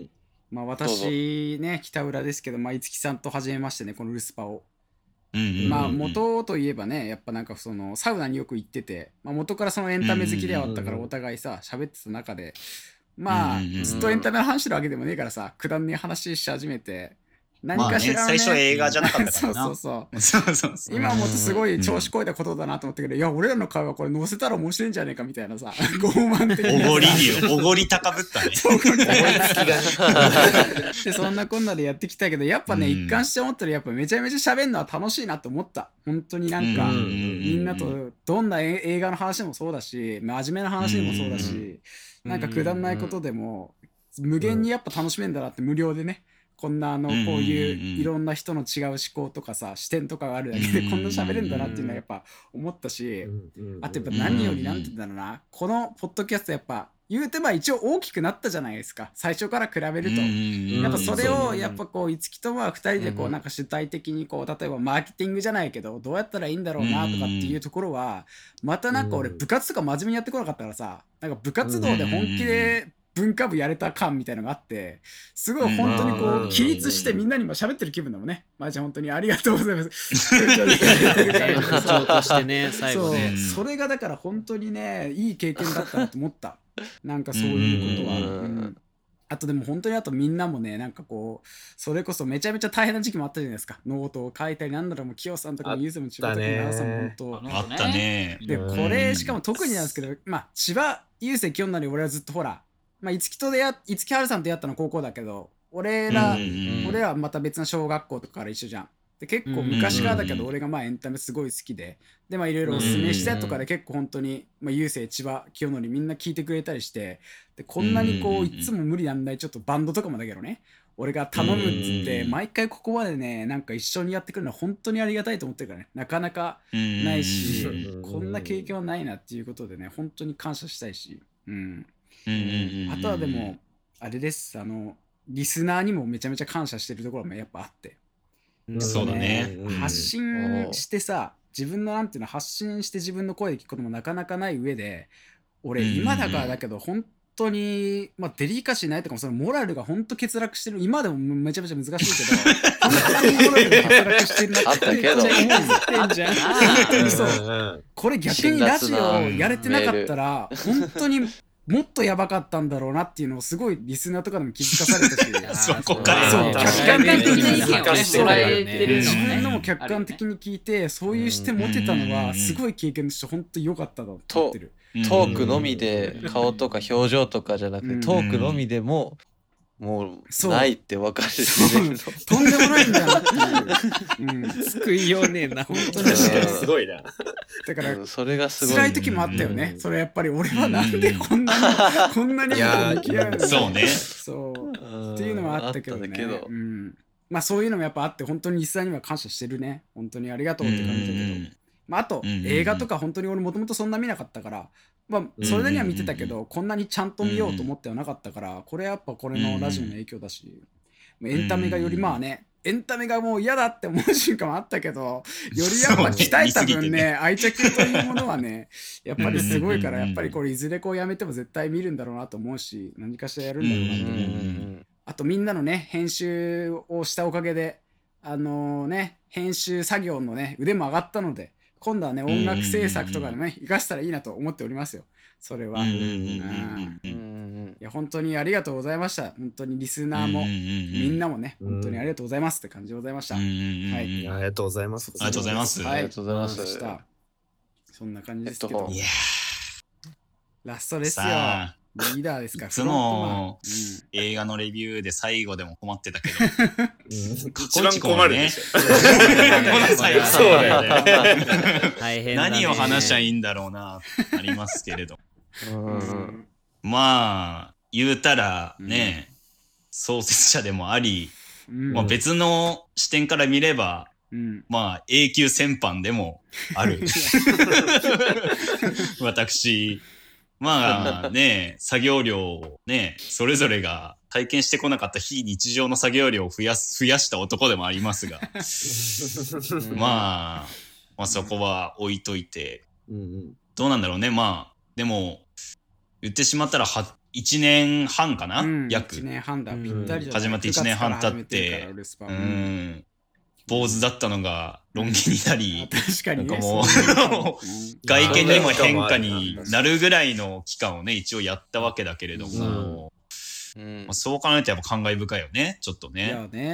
S2: まあ私ね、北浦ですけど、まあ五木さんと初めましてね、このルスパを。まあ元といえばね、やっぱなんかそのサウナによく行ってて、まあ、元からそのエンタメ好きではあったからお互いさ喋ってた中で、まあずっとエンタメの話してるわけでもねえからさ、くだんねえ話し始めて、 何かしら、ね
S3: まあね、最初映画じゃなかったから
S2: な。そうそうそう。そうそうそう今思うとすごい調子こいたことだなと思ったけど、うん、いや、俺らの会話これ載せたら面白いんじゃねえかみたいなさ、傲慢的な。
S3: おごりに、おごり高ぶったね。おごり高ぶ
S2: った。で、そんなこんなでやってきたけど、やっぱね、うん、一貫して思ったら、やっぱめちゃめちゃ喋るのは楽しいなと思った。本当になんか、みんなとどんな映画の話もそうだし、真面目な話でもそうだし、なんかくだんないことでも、無限にやっぱ楽しめんだなって、無料でね。こんなあのこういういろんな人の違う思考とかさ視点とかがあるだけでこんな喋れるんだなっていうのはやっぱ思ったし、あとやっぱ何よりなんて言うんだろうな、このポッドキャストやっぱ言うてば一応大きくなったじゃないですか、最初から比べると。やっぱそれをやっぱこう五木とはふたりでこうなんか主体的にこう例えばマーケティングじゃないけどどうやったらいいんだろうなとかっていうところはまたなんか俺部活とか真面目にやってこなかったからさ、なんか部活動で本気で文化部やれた感みたいなのがあって、すごい本当にこう起立してみんなにも喋ってる気分だもんね。まあじゃあ本当にありがとうございます。
S4: 課長としてね、最後ね。
S2: それがだから本当にね、いい経験だったなと思った。なんかそういうことは。うん、あとでも本当にあとみんなもね、なんかこう、それこそめちゃめちゃ大変な時期もあったじゃないですか。ノートを書いたりなんだろう、もうキヨさんとかもユーズも千葉とか皆さんも本当。
S3: あったね。
S2: で、これしかも特になんですけど、まあ千葉雄星清成俺はずっとほら、まあ、五木と出会っ五木春さんと出会ったの高校だけど、俺ら、俺らはまた別の小学校とかから一緒じゃん。で結構昔からだけど、俺がまあエンタメすごい好きで、でまあいろいろおすすめしてとかで結構本当に、まあ、雄星、千葉、清則みんな聞いてくれたりして、でこんなにこういつも無理なんないちょっとバンドとかもだけどね、俺が頼むっつって毎回ここまでねなんか一緒にやってくるのは本当にありがたいと思ってるからね、なかなかないし、こんな経験はないなっていうことでね本当に感謝したいし、うん。あとはでもあれです、あのリスナーにもめちゃめちゃ感謝してるところもやっぱあって、
S3: ね、そうだね、
S2: 発信してさ、自分のなんていうの発信して自分の声で聞くこともなかなかない上で、俺今だからだけど本当にまあデリカシーないとかもそのモラルが本当欠落してる、今でもめちゃめちゃ難しいけど本当にモラルが欠落してるなってめっちゃ思ってんじゃん。そうこれ逆にラジオやれてなかったら本当にもっとやばかったんだろうなっていうのをすごいリスナーとかでも気づかされたし
S3: そこから
S2: そう客観的に
S6: 意見をね捉えてる
S2: 自分のも客観的に聞いてそういう視点持てたのはすごい経験として本当に良かったと思ってる。
S5: トークのみで顔とか表情とかじゃなくてトークのみでももうないって分かる
S2: とんでもないんだなっていう、
S4: うん、救いようねえな
S2: 本当に
S1: すごいな。
S2: だから、
S5: うん、それがすごい
S2: 辛い時もあったよね、うん、それやっぱり俺はなんでこんなに、うん、こんなに向き合うの
S3: そうね
S2: そうっていうのはあったけどねけど、うん、まあそういうのもやっぱあって本当に実際には感謝してるね、本当にありがとうって感じだけど、うんまあ、あと、うんうんうん、映画とか本当に俺もともとそんな見なかったから、まあ、それなりには見てたけど、うんうんうん、こんなにちゃんと見ようと思ってはなかったから、うんうん、これやっぱこれのラジオの影響だし、うんうん、エンタメがよりまあね、エンタメがもう嫌だって思う瞬間もあったけど、よりやっぱ鍛えた分ね、ね愛着というものはね、やっぱりすごいから、やっぱりこれいずれこうやめても絶対見るんだろうなと思うし、何かしらやるんだろうなと思う。うんうんうん、あとみんなのね、編集をしたおかげで、あのー、ね、編集作業のね、腕も上がったので、今度はね音楽制作とかでね生かしたらいいなと思っておりますよ。それは。いや本当にありがとうございました。本当にリスナーもみんなもね本当にありがとうございますって感じでございました。はい。
S1: ありがとうございます。
S3: ありがとうございます。
S2: ありがとうございます。そんな感じですけど。いやラストですよ。リーダーですか。
S3: いつも、うん、映画のレビューで最後でも困ってたけど、
S1: うん、一番困るでしょ。そうだよね。
S3: 大変だね。何を話しゃいいんだろうなありますけれど、うん、まあ言うたらね、うん、創設者でもあり、うん、まあ、別の視点から見れば、うん、まあ永久戦犯でもある私。まあね、作業量をね、それぞれが体験してこなかった非日常の作業量を増やす、増やした男でもありますが、まあ、まあそこは置いといて、どうなんだろうね、まあ、でも、言ってしまったらはいちねんはんかな、うん、約。
S2: いちねんはんだ、ぴったりだ、
S3: 始まっていちねんはん経って、うん。坊主だったのがロン毛になり、
S2: 確かに、ね、
S3: なんかもう外見にも変化になるぐらいの期間をね一応やったわけだけれども、うんまあ、そう考えるとやっぱ感慨深いよねちょっとね。
S2: いやね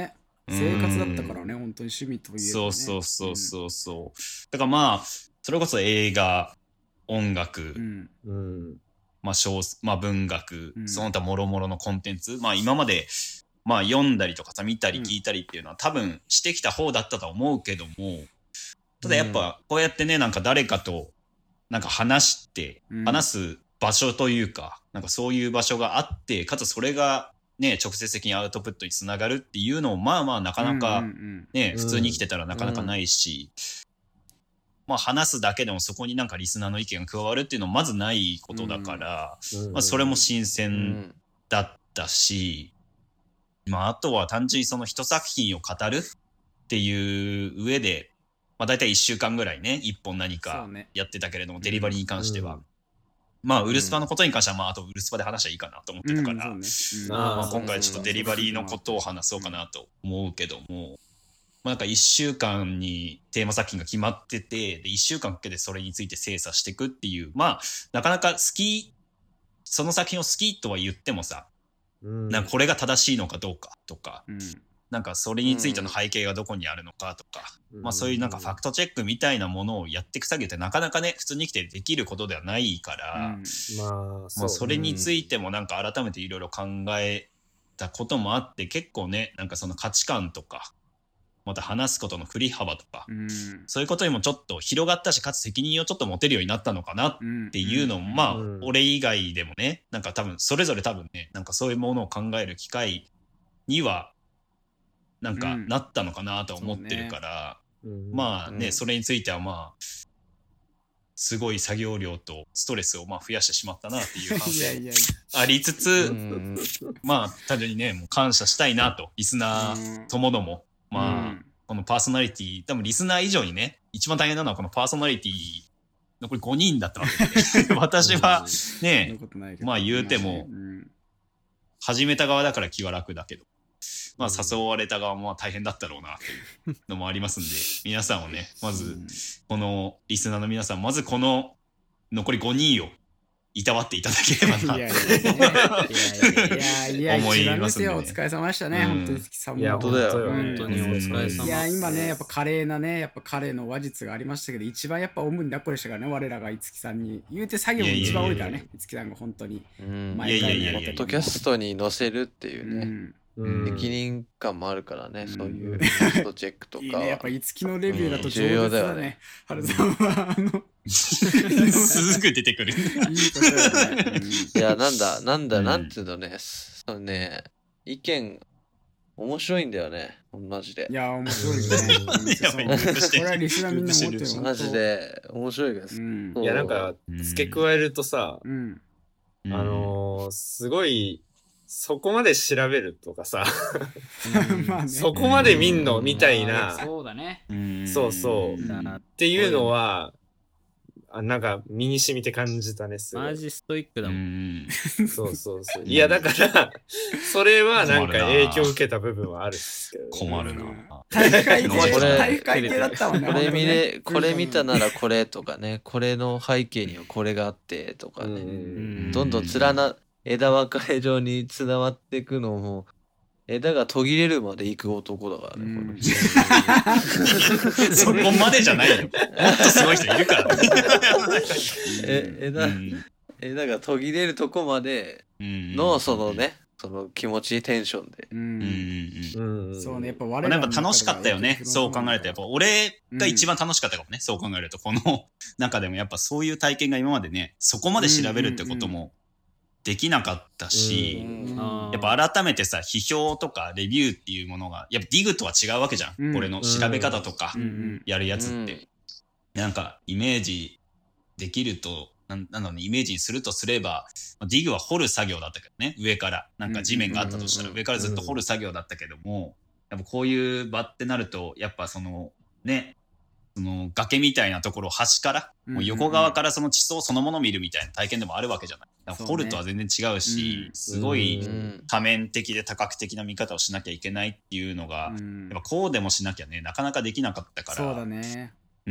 S2: 生活だったからね、本当に趣味という、ね、
S3: そうそうそうそうそう、うん、だからまあそれこそ映画、音楽、うんうんまあ小まあ、文学、うん、その他もろもろのコンテンツ、まあ今までまあ読んだりとかさ見たり聞いたりっていうのは、うん、多分してきた方だったと思うけども、ただやっぱこうやってねなんか誰かとなんか話して、うん、話す場所というかなんかそういう場所があってかつそれがね直接的にアウトプットにつながるっていうのもまあまあなかなかね、うんうんうん、普通に生きてたらなかなかないし、うん、まあ話すだけでもそこになんかリスナーの意見が加わるっていうのはまずないことだから、うんまあ、それも新鮮だったし、うんまあ、あとは単純にその一作品を語るっていう上で、まあ、大体いっしゅうかんぐらいねいっぽん何かやってたけれども、ね、デリバリーに関しては、うん、まあウルスパのことに関してはまああとウルスパで話しゃいいかなと思ってたから、うんねうんまあ、今回ちょっとデリバリーのことを話そうかなと思うけども、まあ、なんかいっしゅうかんにテーマ作品が決まっててでいっしゅうかんかけてそれについて精査していくっていうまあなかなか好きその作品を好きとは言ってもさ、うん、なんかこれが正しいのかどうかとか、うん、なんかそれについての背景がどこにあるのかとか、うんまあ、そういうなんかファクトチェックみたいなものをやっていく作業ってなかなかね普通に生きてできることではないから、うんまあ、まあそれについてもなんか改めていろいろ考えたこともあって結構ねなんかその価値観とかまた話すことの振り幅とか、うん、そういうことにもちょっと広がったしかつ責任をちょっと持てるようになったのかなっていうのも、うん、まあ、うん、俺以外でもねなんか多分それぞれ多分ねなんかそういうものを考える機会にはなんかなったのかなと思ってるから、うん、まあね、うん、それについてはまあすごい作業量とストレスをまあ増やしてしまったなっていう反省ありつつうん、まあ単純にねもう感謝したいなとリスナーともども、うん、まあ、うん、このパーソナリティ多分リスナー以上にね一番大変なのはこのパーソナリティ残りごにんだったわけで私はね、うん、まあ言うても、うん、始めた側だから気は楽だけどまあ誘われた側も大変だったろうなというのもありますんで皆さんをねまずこのリスナーの皆さんまずこの残りごにんをいたわっていただければな。いやい
S2: やいや思いますね。お疲れ様でしたね。本当に月さんも。いや本当だよ。本当にお疲れ様。いや今ねやっぱ華麗なねやっぱ彼の話術がありましたけど一番やっぱ主に抱っこでしたからね我らが五木さんに言うて作業も一番多いからね五木さんが本当に。
S5: いやいやいやいやポッドキャストに載せるっていうね。責任感もあるからね、うん、そういうプロジェクトかいい、
S2: ね、やっぱ五木のレビューだと重要だよね。はるさんはあの
S3: すぐ出てくる。いいこと
S5: だよね。いやなんだなんだ、うん、なんていうのね、そうね意見面白いんだよねマジで。
S2: いや面白いね。これはリスナーみんな思ってる。
S5: マジで面白いです。う
S1: ん、いやなんか付け加えるとさ、うん、あのー、すごい。そこまで調べるとかさまあ、ね、そこまで見んのみたいな、
S6: そうだね
S1: そうそうっていうのはあなんか身に染みて感じたねすごい
S4: マジストイックだもん
S1: そうそうそういやだからそれはなんか影響を受けた部分はあるんですけど、ね、
S3: 困るな
S2: 大会で大会系だったもんね。
S5: これ見れこれ見たならこれとかねこれの背景にはこれがあってとかねどんどん連な枝分かれ状に伝わっていくのも枝が途切れるまで行く男だからね、うん、
S3: そこまでじゃないよもっとすごい人いるからね
S5: え 枝,、うん、枝が途切れるとこまでのそのねその気持ちいいテンションで、
S2: うんうん、そうねやっぱ我
S3: 々なんか楽しかったよねそう考えるとやっぱ俺が一番楽しかったかもね、うん、そう考えるとこの中でもやっぱそういう体験が今までねそこまで調べるってこともできなかったし、うん、やっぱ改めてさ批評とかレビューっていうものがやっぱディグとは違うわけじゃん、うん、これの調べ方とかやるやつって、うん、なんかイメージできるとなんなのにイメージにするとすればディグは掘る作業だったけどね上からなんか地面があったとしたら上からずっと掘る作業だったけどもやっぱこういう場ってなるとやっぱそのねその崖みたいなところを端からもう横側からその地層そのものを見るみたいな体験でもあるわけじゃない。だから掘るとは全然違うし、うん、すごい多面的で多角的な見方をしなきゃいけないっていうのが、うん、やっぱこうでもしなきゃねなかなかできなかったから。
S2: そうだね。
S3: うん、うん、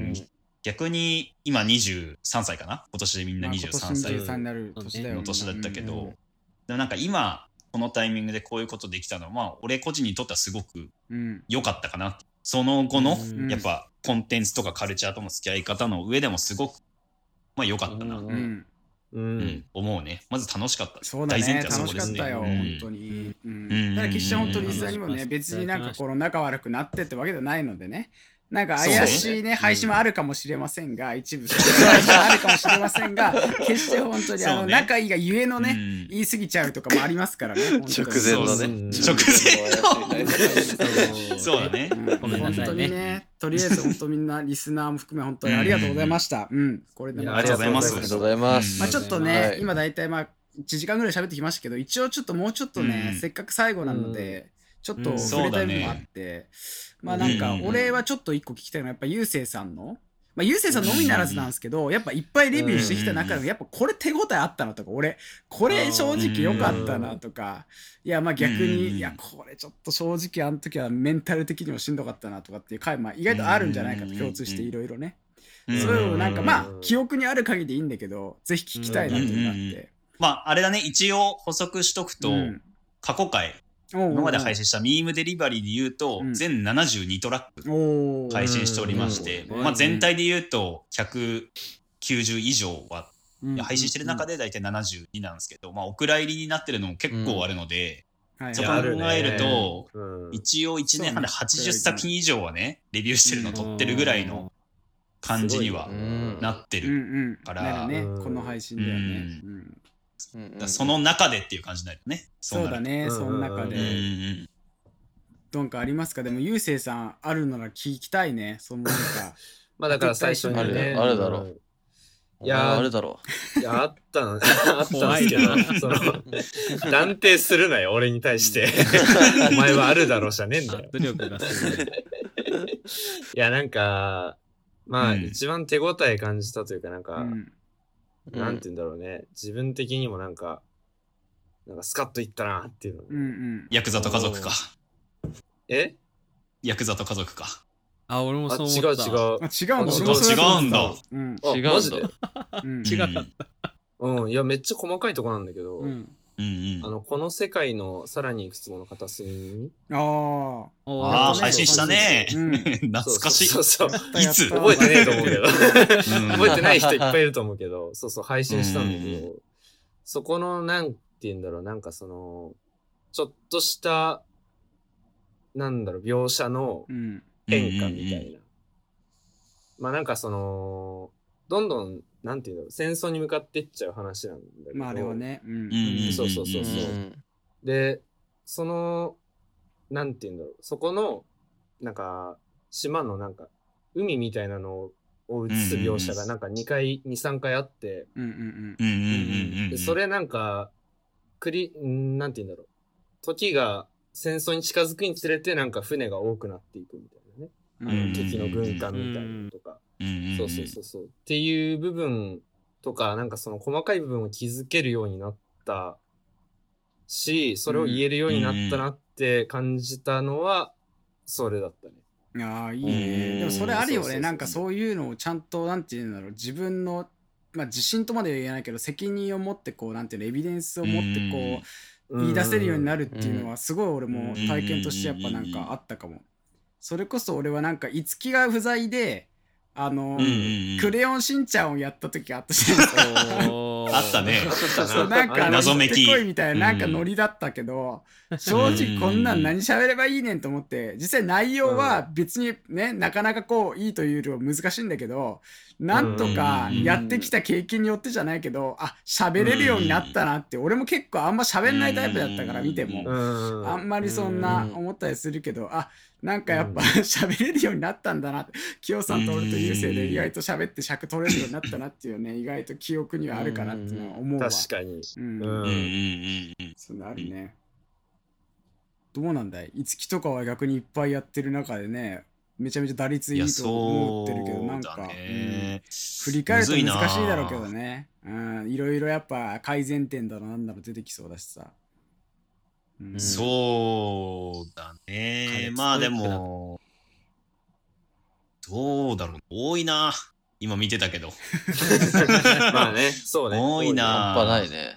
S3: 逆に今にじゅうさんさいかな今年でみんなにじゅうさんさいの年だったけど、うん、でもなんか今このタイミングでこういうことできたのは、まあ、俺個人にとってはすごく良かったかな。うん、その後の、うん、やっぱコンテンツとかカルチャーとの付き合い方の上でもすごく、まあ良かったな。うんうんうん、思うね。まず楽しかった。
S2: そうだね。大前提はそうですね。楽しかったよ、うん、本当に。うん。だから決して本当にリスナーにもね、別になんかこの仲悪くなってってわけじゃないのでね。なんか怪しいね配信もあるかもしれませんが、一部そういう配信もあるかもしれませんが、決して本当にあの仲いいがゆえのね、言い過ぎちゃうとかもありますからね。
S5: 直前のね。
S3: 直前の。そうだね。
S2: 本当にね、とりあえず本当みんなリスナーも含め本当にありがとうございました。うん。これでも
S3: ありがとうございます。
S5: ありがとうございます。
S2: まあちょっとね、今だいたいまあいちじかんぐらい喋ってきましたけど、一応ちょっともうちょっとね、せっかく最後なので、ちょっと触れたいのもあって、まあなんか俺はちょっと一個聞きたいのはやっぱゆうせいさんの、まあゆうせいさんのみならずなんですけど、やっぱいっぱいレビューしてきた中でもやっぱこれ手応えあったなとか、俺これ正直良かったなとか、いやまあ逆にいやこれちょっと正直あの時はメンタル的にもしんどかったなとかっていう回も意外とあるんじゃないかと、共通していろいろね。そういうのなんかまあ記憶にある限りでいいんだけど、ぜひ聞きたいなっていうのがあって。
S3: まああれだね、一応補足しとくと、過去回今まで配信したミームデリバリーで言うと、うん、全ななじゅうにトラック配信しておりまして、まあ、全体で言うとひゃくきゅうじゅう以上は配信してる中で大体ななじゅうになんですけど、まあ、お蔵入りになってるのも結構あるので、うん、そこを考えると、うん、一応いちねんはんではちじゅっさく品以上はねレビューしてるの撮ってるぐらいの感じにはなってるから、
S2: ね、この配信だよね、うん
S3: だその中でっていう感じだよね。
S2: そうだね、その中で。どんかありますか？でもゆうせいさんあるなら聞きたいね。そのなんか
S1: まあだから最初にね、
S5: あるだろう。
S1: いや
S5: あるだろ
S1: う。いやあったのあったんですけど、その断定するなよ俺に対して。お前はあるだろうじゃねえんだよ。
S4: 努力がすごい。
S1: いやなんかまあ一番手応え感じたというかなんか。なんて言うんだろうね、自分的にもなんかなんかスカッといったなっていうの、うんう
S3: ん、ヤクザと家族か。
S1: え
S3: ヤクザと家族か。
S4: あ、俺もそう思った。
S1: 違う違う。
S2: あ、違うんだ。
S3: 違うんだ。
S2: うん、
S1: 違うマジで。
S4: うん、違かった。
S1: うん、いやめっちゃ細かいとこなんだけど、
S2: うん
S3: うんうん、
S1: あのこの世界のさらにいくつもの片隅に
S2: あ
S3: あ配信したね、うん、懐かしい。
S1: そうそうそう
S3: いつ
S1: 覚えてねえと思うけど覚えてない人いっぱいいると思うけどそうそう配信したんだけど、うん、そこのなんて言うんだろうなんかそのちょっとしたなんだろう描写の変化みたいな、うんうんうん、まあなんかそのどんどんなんていうの戦争に向かっていっちゃう話なんだけど、
S2: まああれはね、うん、
S1: そうそうそうそう、うん、でそのなんていうんだろうそこのなんか島のなんか海みたいなのを映す描写がなんかにかいにさんかいあって、でそれなんかクリなんていうんだろう時が戦争に近づくにつれてなんか船が多くなっていくみたいなね、あの敵の軍艦みたいなのとか。そうそうそうそうっていう部分とかなんかその細かい部分を気づけるようになったしそれを言えるようになったなって感じたのはそれだったね。
S2: ああいいね。でもそれあるよね。なんかそういうのをちゃんとなんていうんだろう自分のまあ自信とまでは言えないけど責任を持ってこうなんていうのエビデンスを持ってこう言い出せるようになるっていうのはすごい俺も体験としてやっぱなんかあったかも。それこそ俺はなんか五木が不在であの、うんうんうん、クレヨンしんちゃんをやった時あったじゃないですか。
S3: あったね。
S2: そうなんか謎めき。みたいななんかノリだったけど、うん、正直こんなん何喋ればいいねんと思って、実際内容は別にね、なかなかこういいというよりは難しいんだけど、なんとかやってきた経験によってじゃないけど、あ、喋れるようになったなって、俺も結構あんま喋んないタイプだったから見ても、あんまりそんな思ったりするけど、あ、なんかやっぱ喋れるようになったんだなって、きよさんと俺とゆうせいで意外と喋って尺取れるようになったなっていうね、意外と記憶にはあるかなっていうのは思うわ。
S1: 確かに。
S2: うん。うんうんうん。そんなあるね。どうなんだい？いつきとかは逆にいっぱいやってる中でね、めちゃめちゃ打率いいと思ってるけど、なんか、うん、振り返ると難しいだろうけどね。うん、いろいろやっぱ改善点だろなんだろ出てきそうだしさ。
S3: うん、そうだね。まあでも、どうだろう。多いな。今見てたけど。
S1: まあね、そうね。
S3: 多いな。
S5: 半端ないね。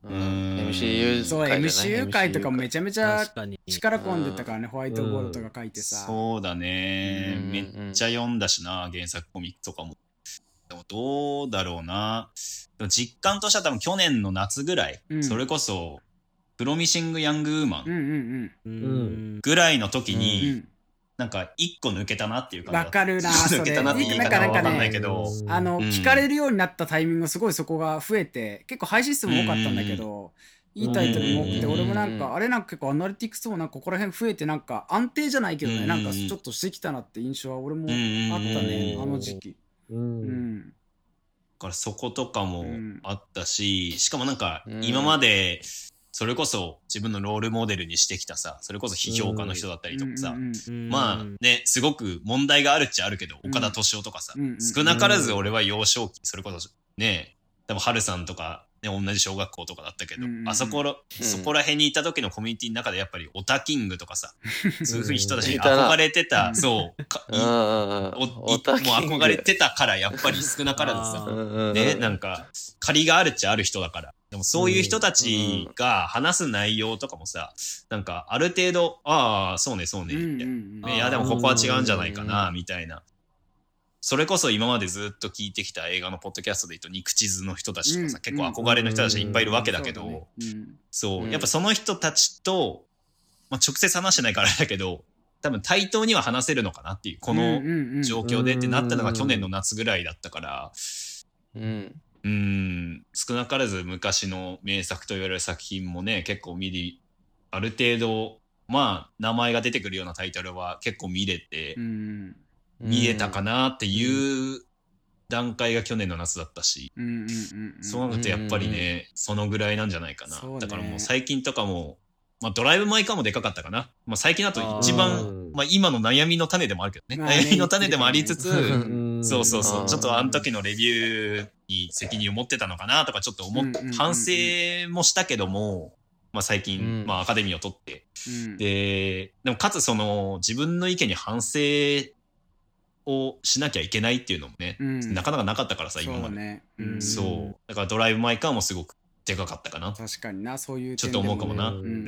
S5: うん、エムシーユー
S2: そう エムシーユー 回とかめちゃめちゃ力込んでたからね、ホワイトボードとか書いてさ、
S3: そうだね、めっちゃ読んだしな原作コミックとかも。でもどうだろうな、実感としては多分去年の夏ぐらい、うん、それこそプロミシング・ヤング・ウーマンぐらいの時に、うんうん、なんか一個抜けたなっていう感じ。
S2: わかるなそれ。
S3: 抜けたなって言い方はわかんないけど、
S2: あの、うん、聞かれるようになったタイミングすごいそこが増えて、結構配信数も多かったんだけど、うん、いいタイトルも多くて、俺もなんかあれなんか結構アナリティクスもなんかここら辺増えてなんか安定じゃないけどね、うん、なんかちょっとしてきたなって印象は俺もあったね、あの時期。うん。うん
S3: だからそことかもあったし、しかもなんか今までそれこそ自分のロールモデルにしてきたさ、それこそ批評家の人だったりとかさ、まあねすごく問題があるっちゃあるけど、岡田敏夫とかさ、少なからず俺は幼少期それこそね多分春さんとかね同じ小学校とかだったけど、あそこらそこら辺にいた時のコミュニティの中でやっぱりオタキングとかさ、そういうふうに人たちに憧れてた、そうかもう憧れてたからやっぱり少なからずさ、ねなんか借りがあるっちゃある人だから。でもそういう人たちが話す内容とかもさ、なんかある程度ああそうねそうねみたいな、いやでもここは違うんじゃないかなみたいな。それこそ今までずっと聞いてきた映画のポッドキャストで言うと肉地図の人たちとかさ、うん、結構憧れの人たちいっぱいいるわけだけど、うんうんそう、うん、やっぱその人たちと、まあ、直接話してないからだけど多分対等には話せるのかなっていうこの状況でってなったのが去年の夏ぐらいだったから、うん、うん少なからず昔の名作と言われる作品もね結構見りある程度まあ名前が出てくるようなタイトルは結構見れて、うん見えたかなっていう段階が去年の夏だったし、うんうんうんうん、そうなるとやっぱりね、うん、そのぐらいなんじゃないかな、ね、だからもう最近とかも、まあ、ドライブ・マイ・カーもでかかったかな、まあ、最近だと一番まあ、今の悩みの種でもあるけどね、悩みの種でもありつつ、そうそうそうちょっとあの時のレビューに責任を持ってたのかなとかちょっと思っ、うんうんうんうん、反省もしたけども、まあ、最近、うんまあ、アカデミーを取って、うん、ででもかつその自分の意見に反省をしなきゃいけないっていうのもね、うん、なかなかなかったからさ今までそうね、うん、そうだからドライブ・マイ・カーもすごくでかかったかな
S2: 確かになそういう
S3: 点でも、ね、ちょっと思うかもな、うんうんうん、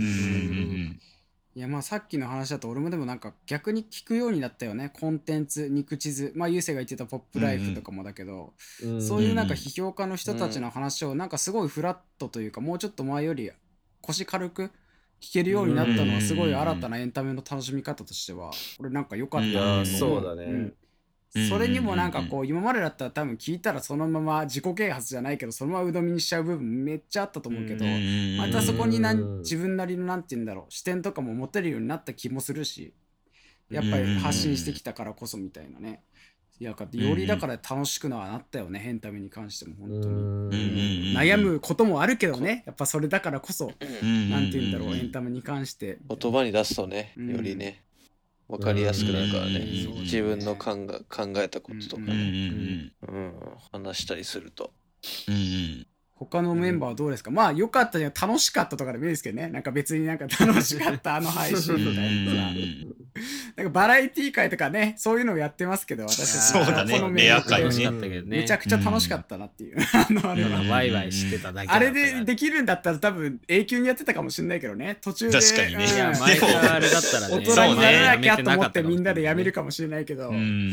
S2: いやまあさっきの話だと俺もでもなんか逆に聞くようになったよねコンテンツ肉地図まあゆうせいが言ってたポップライフとかもだけど、うんうん、そういうなんか批評家の人たちの話をなんかすごいフラットというかもうちょっと前より腰軽く聞けるようになったのはすごい新たなエンタメの楽しみ方としては俺なんか良かったな、
S1: うん、そうだね、うん
S2: それにもなんかこう今までだったら多分聞いたらそのまま自己啓発じゃないけどそのまま鵜呑みにしちゃう部分めっちゃあったと思うけどまたそこになん自分なりのなんて言うんだろう視点とかも持てるようになった気もするしやっぱり発信してきたからこそみたいなねいやよりだから楽しくのはなったよねエンタメに関しても本当に悩むこともあるけどねやっぱそれだからこそなんて言うんだろうエンタメに関して
S5: 言葉に出すとねよりね分かりやすくなるからね、うん、自分の考え、考えたこととかね、うんうんうん、話したりすると、うんうん
S2: 他のメンバーはどうですか、うん、まあ良かったじゃん楽しかったとかでもいいですけどねなんか別になんか楽しかったあの配信みたいなさなんかバラエティー界とかねそういうのをやってますけど私たち
S3: そうだね
S2: この
S3: レア界
S2: ねめちゃくちゃ楽しかったなっていう、うん、あのあれは、
S4: うん、ワイワイしてただけだ
S2: あれでできるんだったら多分永久にやってたかもしれないけどね途中で
S3: 確かにね、
S2: うん、
S4: いや前からあれだったらね
S2: 大人にならなきゃと思ってみんなでやめるかもしれないけど、うん、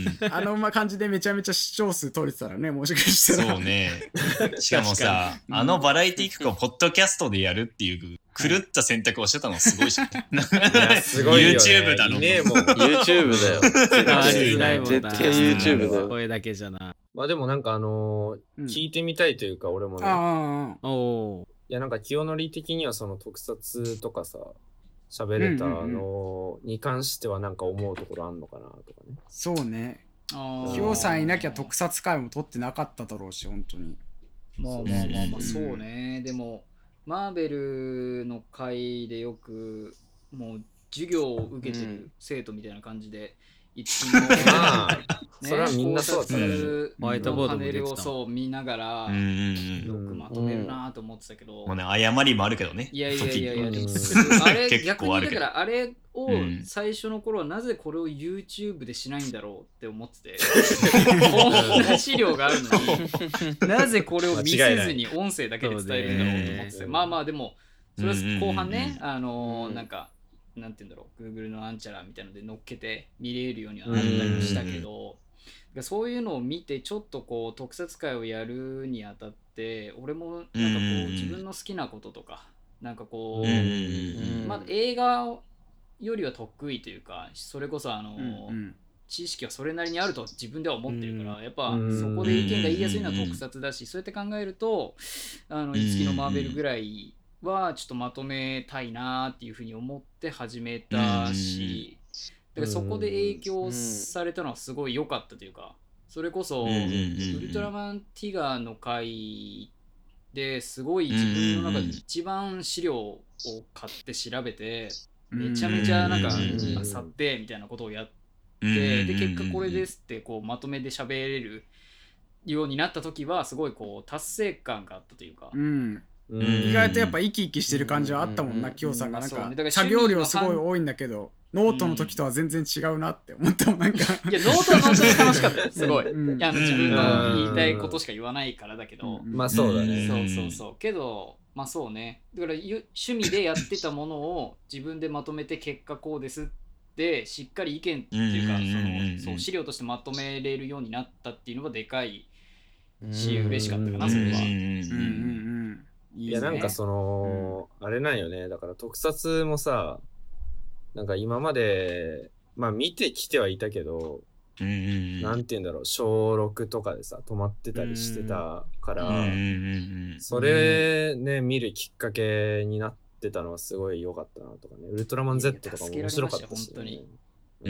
S2: あのま感じでめちゃめちゃ視聴数取れてたらねもしかしたら
S3: そうねしかもさあのバラエティー局をポッドキャストでやるっていう狂った選択をしてたのすごいし、ね、
S1: すごいよね
S3: YouTube だろ
S1: ねもう
S5: YouTube だよ絶対絶対 YouTube だよ
S4: 声だけじゃな
S1: まあでもなんかあのーうん、聞いてみたいというか俺もね
S2: あ
S1: おいやなんか清則的にはその特撮とかさ喋れたのに関してはなんか思うところあんのかなとかね
S2: そうね清さんいなきゃ特撮回も撮ってなかっただろうし本当に
S6: まあまあまあまあそうね、うん、でもマーベルの会でよくもう授業を受けてる生徒みたいな感じで、いつも、ね、
S1: それはみんなそうだね。
S6: ホワイトボードパネルをそう見ながら、よくまとめるなと思ってたけど、
S3: もうね謝りもあるけどね。
S6: いやいやいやいや、あれ逆にだからあれを最初の頃はなぜこれを YouTube でしないんだろうって思っててこんな資料があるのになぜこれを見せずに音声だけで伝えるんだろうと思ってて、まあまあでもそれは後半ね、あのー、なんかなんて言うんだろう Google のアンチャラみたいなので乗っけて見れるようにはなったりもしたけど、そういうのを見てちょっとこう特撮会をやるにあたって俺もなんかこう自分の好きなこととかなんかこうまあ映画よりは得意というかそれこそあの、うんうん、知識はそれなりにあると自分では思ってるから、うん、やっぱそこで意見が言いやすいのは特撮だし、そうやって考えるとあのいつきのマーベルぐらいはちょっとまとめたいなっていうふうに思って始めたし、だからそこで影響されたのはすごい良かったというか、それこそウルトラマンティガーの回ですごい自分の中で一番資料を買って調べてめちゃめちゃなんかあさってみたいなことをやってで結果これですってこうまとめで喋れるようになった時はすごいこう達成感があったというか、
S2: うんうん、意外とやっぱ生き生きしてる感じはあったもんな、きよさんがなんか作業量すごい多いんだけどノートの時とは全然違うなって思ったもんなんか
S6: いやノートはノートで楽しかったよすごい、うん、いやあの自分の言いたいことしか言わないからだけど、
S1: うん、まあそうだね
S6: そうそうそうけどまあそうねだから趣味でやってたものを自分でまとめて結果こうですってしっかり意見っていうかそのそう資料としてまとめれるようになったっていうのはでかいし嬉しかったかなそれは。うんうんうん
S1: いやなんかその、うん、あれなんよねだから特撮もさなんか今までまあ見てきてはいたけど、うんうん、なんて言うんだろう小ろくとかでさ止まってたりしてたから、うんうん、それね見るきっかけになってたのはすごい良かったなとかねウルトラマン Z とかも面白かったし、ね、本当に、
S3: うん、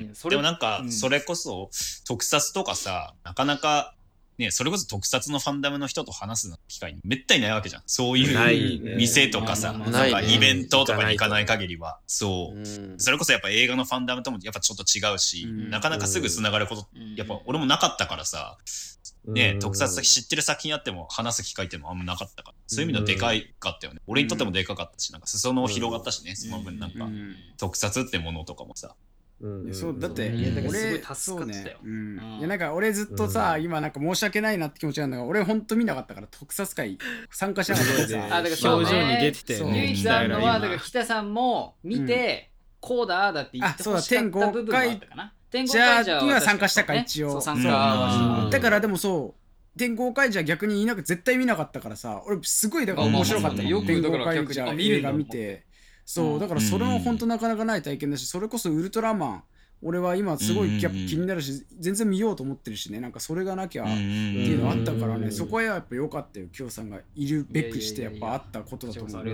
S3: でもなんかそれこそ特撮とかさなかなかね、それこそ特撮のファンダムの人と話す機会にめったにないわけじゃん。そういう店とかさ、なんかイベントとかに行かない限りは。そう。それこそやっぱ映画のファンダムともやっぱちょっと違うし、なかなかすぐ繋がること、やっぱ俺もなかったからさ、ね、特撮知ってる作品あっても話す機会ってもあんまなかったから、そういう意味ではでかいかったよね。俺にとってもでかかったし、なんか裾野広がったしね、その分なんか、特撮ってものとかもさ。
S2: うん、そうだって俺
S6: そうね、
S2: うん、いやなんか俺ずっとさ、うん、今なんか申し訳ないなって気持ちなんだが俺ほんと見なかったから特撮会参加しなかったさ
S6: あだから表情に出てて唯一あるのはだから北さんも見て、うん、こうだだって言ってほしかった部分もあったかな天候会じゃ
S2: には参加したか一応、ね、参加はだからでもそう天候会じゃ逆にいなく絶対見なかったからさ俺すごいだから面白かったよ天候会じゃ映画見てそうだからそれも本当なかなかない体験だしそれこそウルトラマン俺は今すごい気になるし全然見ようと思ってるしねなんかそれがなきゃっていうのあったからねそこはやっぱ良かったよきよさんがいるべくしてやっぱあったことだと思う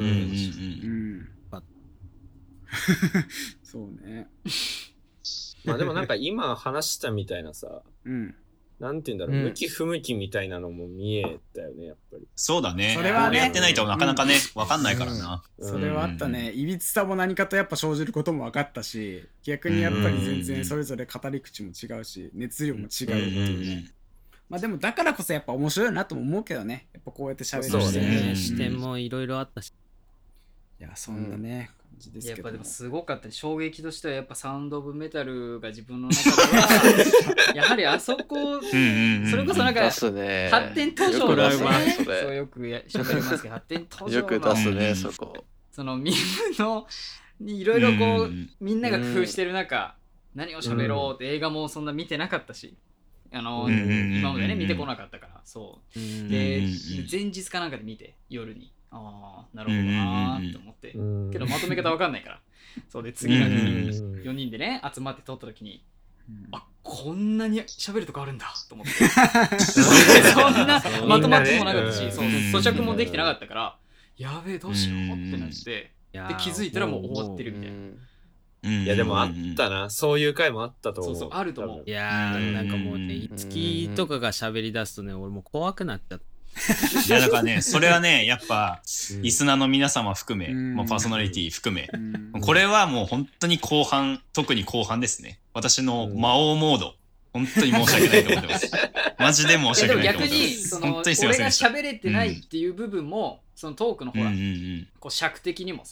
S2: そうね
S1: まあでもなんか今話したみたいなさうんなんて言うんだろう、うん、向き不向きみたいなのも見えたよねやっぱり
S3: そうだねそれはねやってないとなかなかね、うん、分かんないからな、
S2: うん、それはあったねいびつさも何かとやっぱ生じることも分かったし逆にやっぱり全然それぞれ語り口も違うし熱量も違うっていうね、うん、まあでもだからこそやっぱ面白いなとも思うけどねやっぱこうやって喋る
S4: してね、ね、視点もいろいろあったし
S2: いやそんなね、うん
S6: やっぱでもすごかった衝撃としてはやっぱサウンドオブメタルが自分の中ではやはりあそこそれこそなんか発展途上のねそうよく喋りますけど発展途上の
S5: よく出すねそこ
S6: そのミムのいろいろこうみんなが工夫してる中何を喋ろうって映画もそんな見てなかったしあの今までね見てこなかったからそうで前日かなんかで見て夜にああなるほどなーって思ってけどまとめ方わかんないからそうで次の日よにんでね集まって撮った時にあこんなに喋るとこあるんだと思ってそんなまとまってもなかったしそう咀嚼もできてなかったからやべえどうしようってなってで気づいたらもう終わってるみたいな
S1: いやでもあったなそういう回もあったと思う
S6: そうそうあると思う
S4: いやーなんかもうねいつきとかが喋り出すとね俺もう怖くなっちゃって
S3: いやだからねそれはねやっぱリスナーの皆様含め、まあ、パーソナリティ含めこれはもう本当に後半特に後半ですね私の魔王モード本当に申し訳ないと思ってますマジで申し訳ないと思ってます
S6: 逆にその
S3: 本当にすいませんでした
S6: 俺が喋れてないっていう部分も、うん、そのトークのほら、うんうんうん、こう尺的にもさ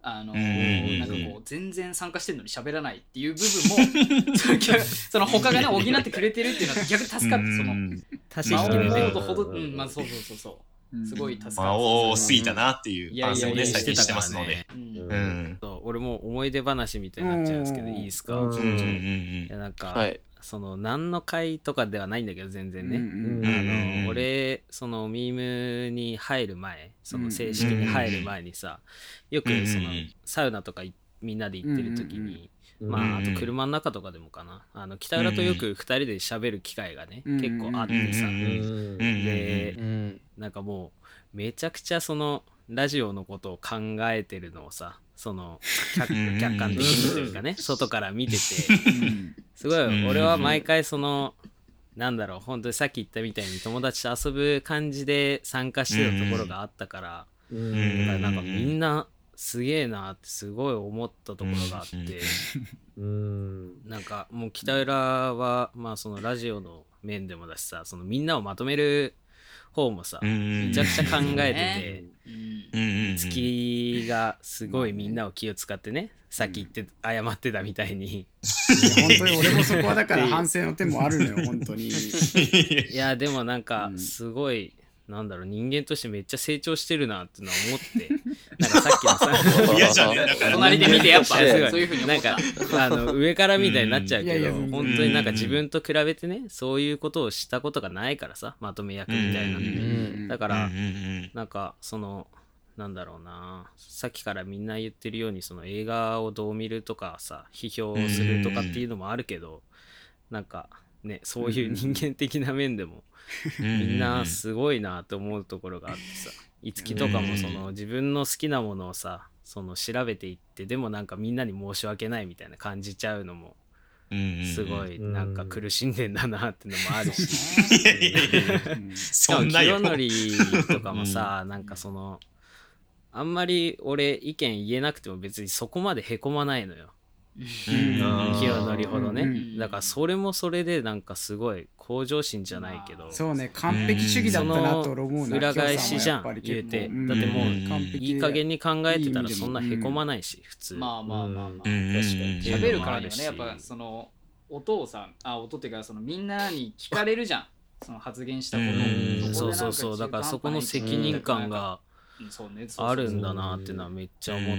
S6: あのー、なんかこう全然参加してるのに喋らないっていう部分もその他がね補ってくれてるっていうのは逆に助かって、その
S4: 足し引きでね、
S6: ほど、うん、まあそうそうそうそうすごい助かって、
S3: 魔王過ぎたなっていう反省をね最近してますので、
S4: 俺も思い出話みたいになっちゃうんですけど、いいですか？いやなんか、はい、その何の会とかではないんだけど全然ね、あの俺そのミームに入る前、その正式に入る前にさ、よくそのサウナとかみんなで行ってる時に、まああと車の中とかでもかな、あの北浦とよくふたりで喋る機会がね結構あってさ、でなんかもうめちゃくちゃそのラジオのことを考えてるのをさ、その 客, 客観的にというかね外から見ててすごい俺は毎回そのなんだろう、本当にさっき言ったみたいに友達と遊ぶ感じで参加してたところがあったから、だからなんかみんなすげえなってすごい思ったところがあって、なんかもう北浦はまあそのラジオの面でもだしさ、そのみんなをまとめる方もさめちゃくちゃ考えてて、月がすごいみんなを気を使ってね、さっき言って謝ってたみたいに、
S2: 本当に俺もそこはだから反省の点もあるのよ本当に。
S4: いやでもなんかすごい、なんだろう、人間としてめっちゃ成長してるなってのは思って、なんかさっきのさ
S3: 嫌じゃね、
S6: 隣で見てやっぱそう
S4: いう風になんかあの上からみたいになっちゃうけど、本当になんか自分と比べてねそういうことをしたことがないからさ、まとめ役みたいな、だからなんかそのなんだろうな、さっきからみんな言ってるようにその映画をどう見るとかさ批評するとかっていうのもあるけど、なんかねそういう人間的な面でもみんなすごいなと思うところがあってさ、いつきとかもその自分の好きなものをさその調べていって、でもなんかみんなに申し訳ないみたいな感じちゃうのもすごいなんか苦しんでんだなってのもあるし、しかも清則とかもさなんかそのあんまり俺意見言えなくても別にそこまでへこまないのよ、清則ほどね、だからそれもそれでなんかすごい向上心じゃないけど、
S2: そうね、完璧主義だったなと思うな、
S4: 裏返しじゃん言うて、だってもういい加減に考えてたらそんなへこまないし普通、
S6: まあまあまあまあ確かに喋るからにはね、やっぱそのお父さんあ音っていうかそのみんなに聞かれるじゃん、その発言したことを、
S4: そうそうそう、だからそこの責任感があるんだなってのはめっちゃ思って、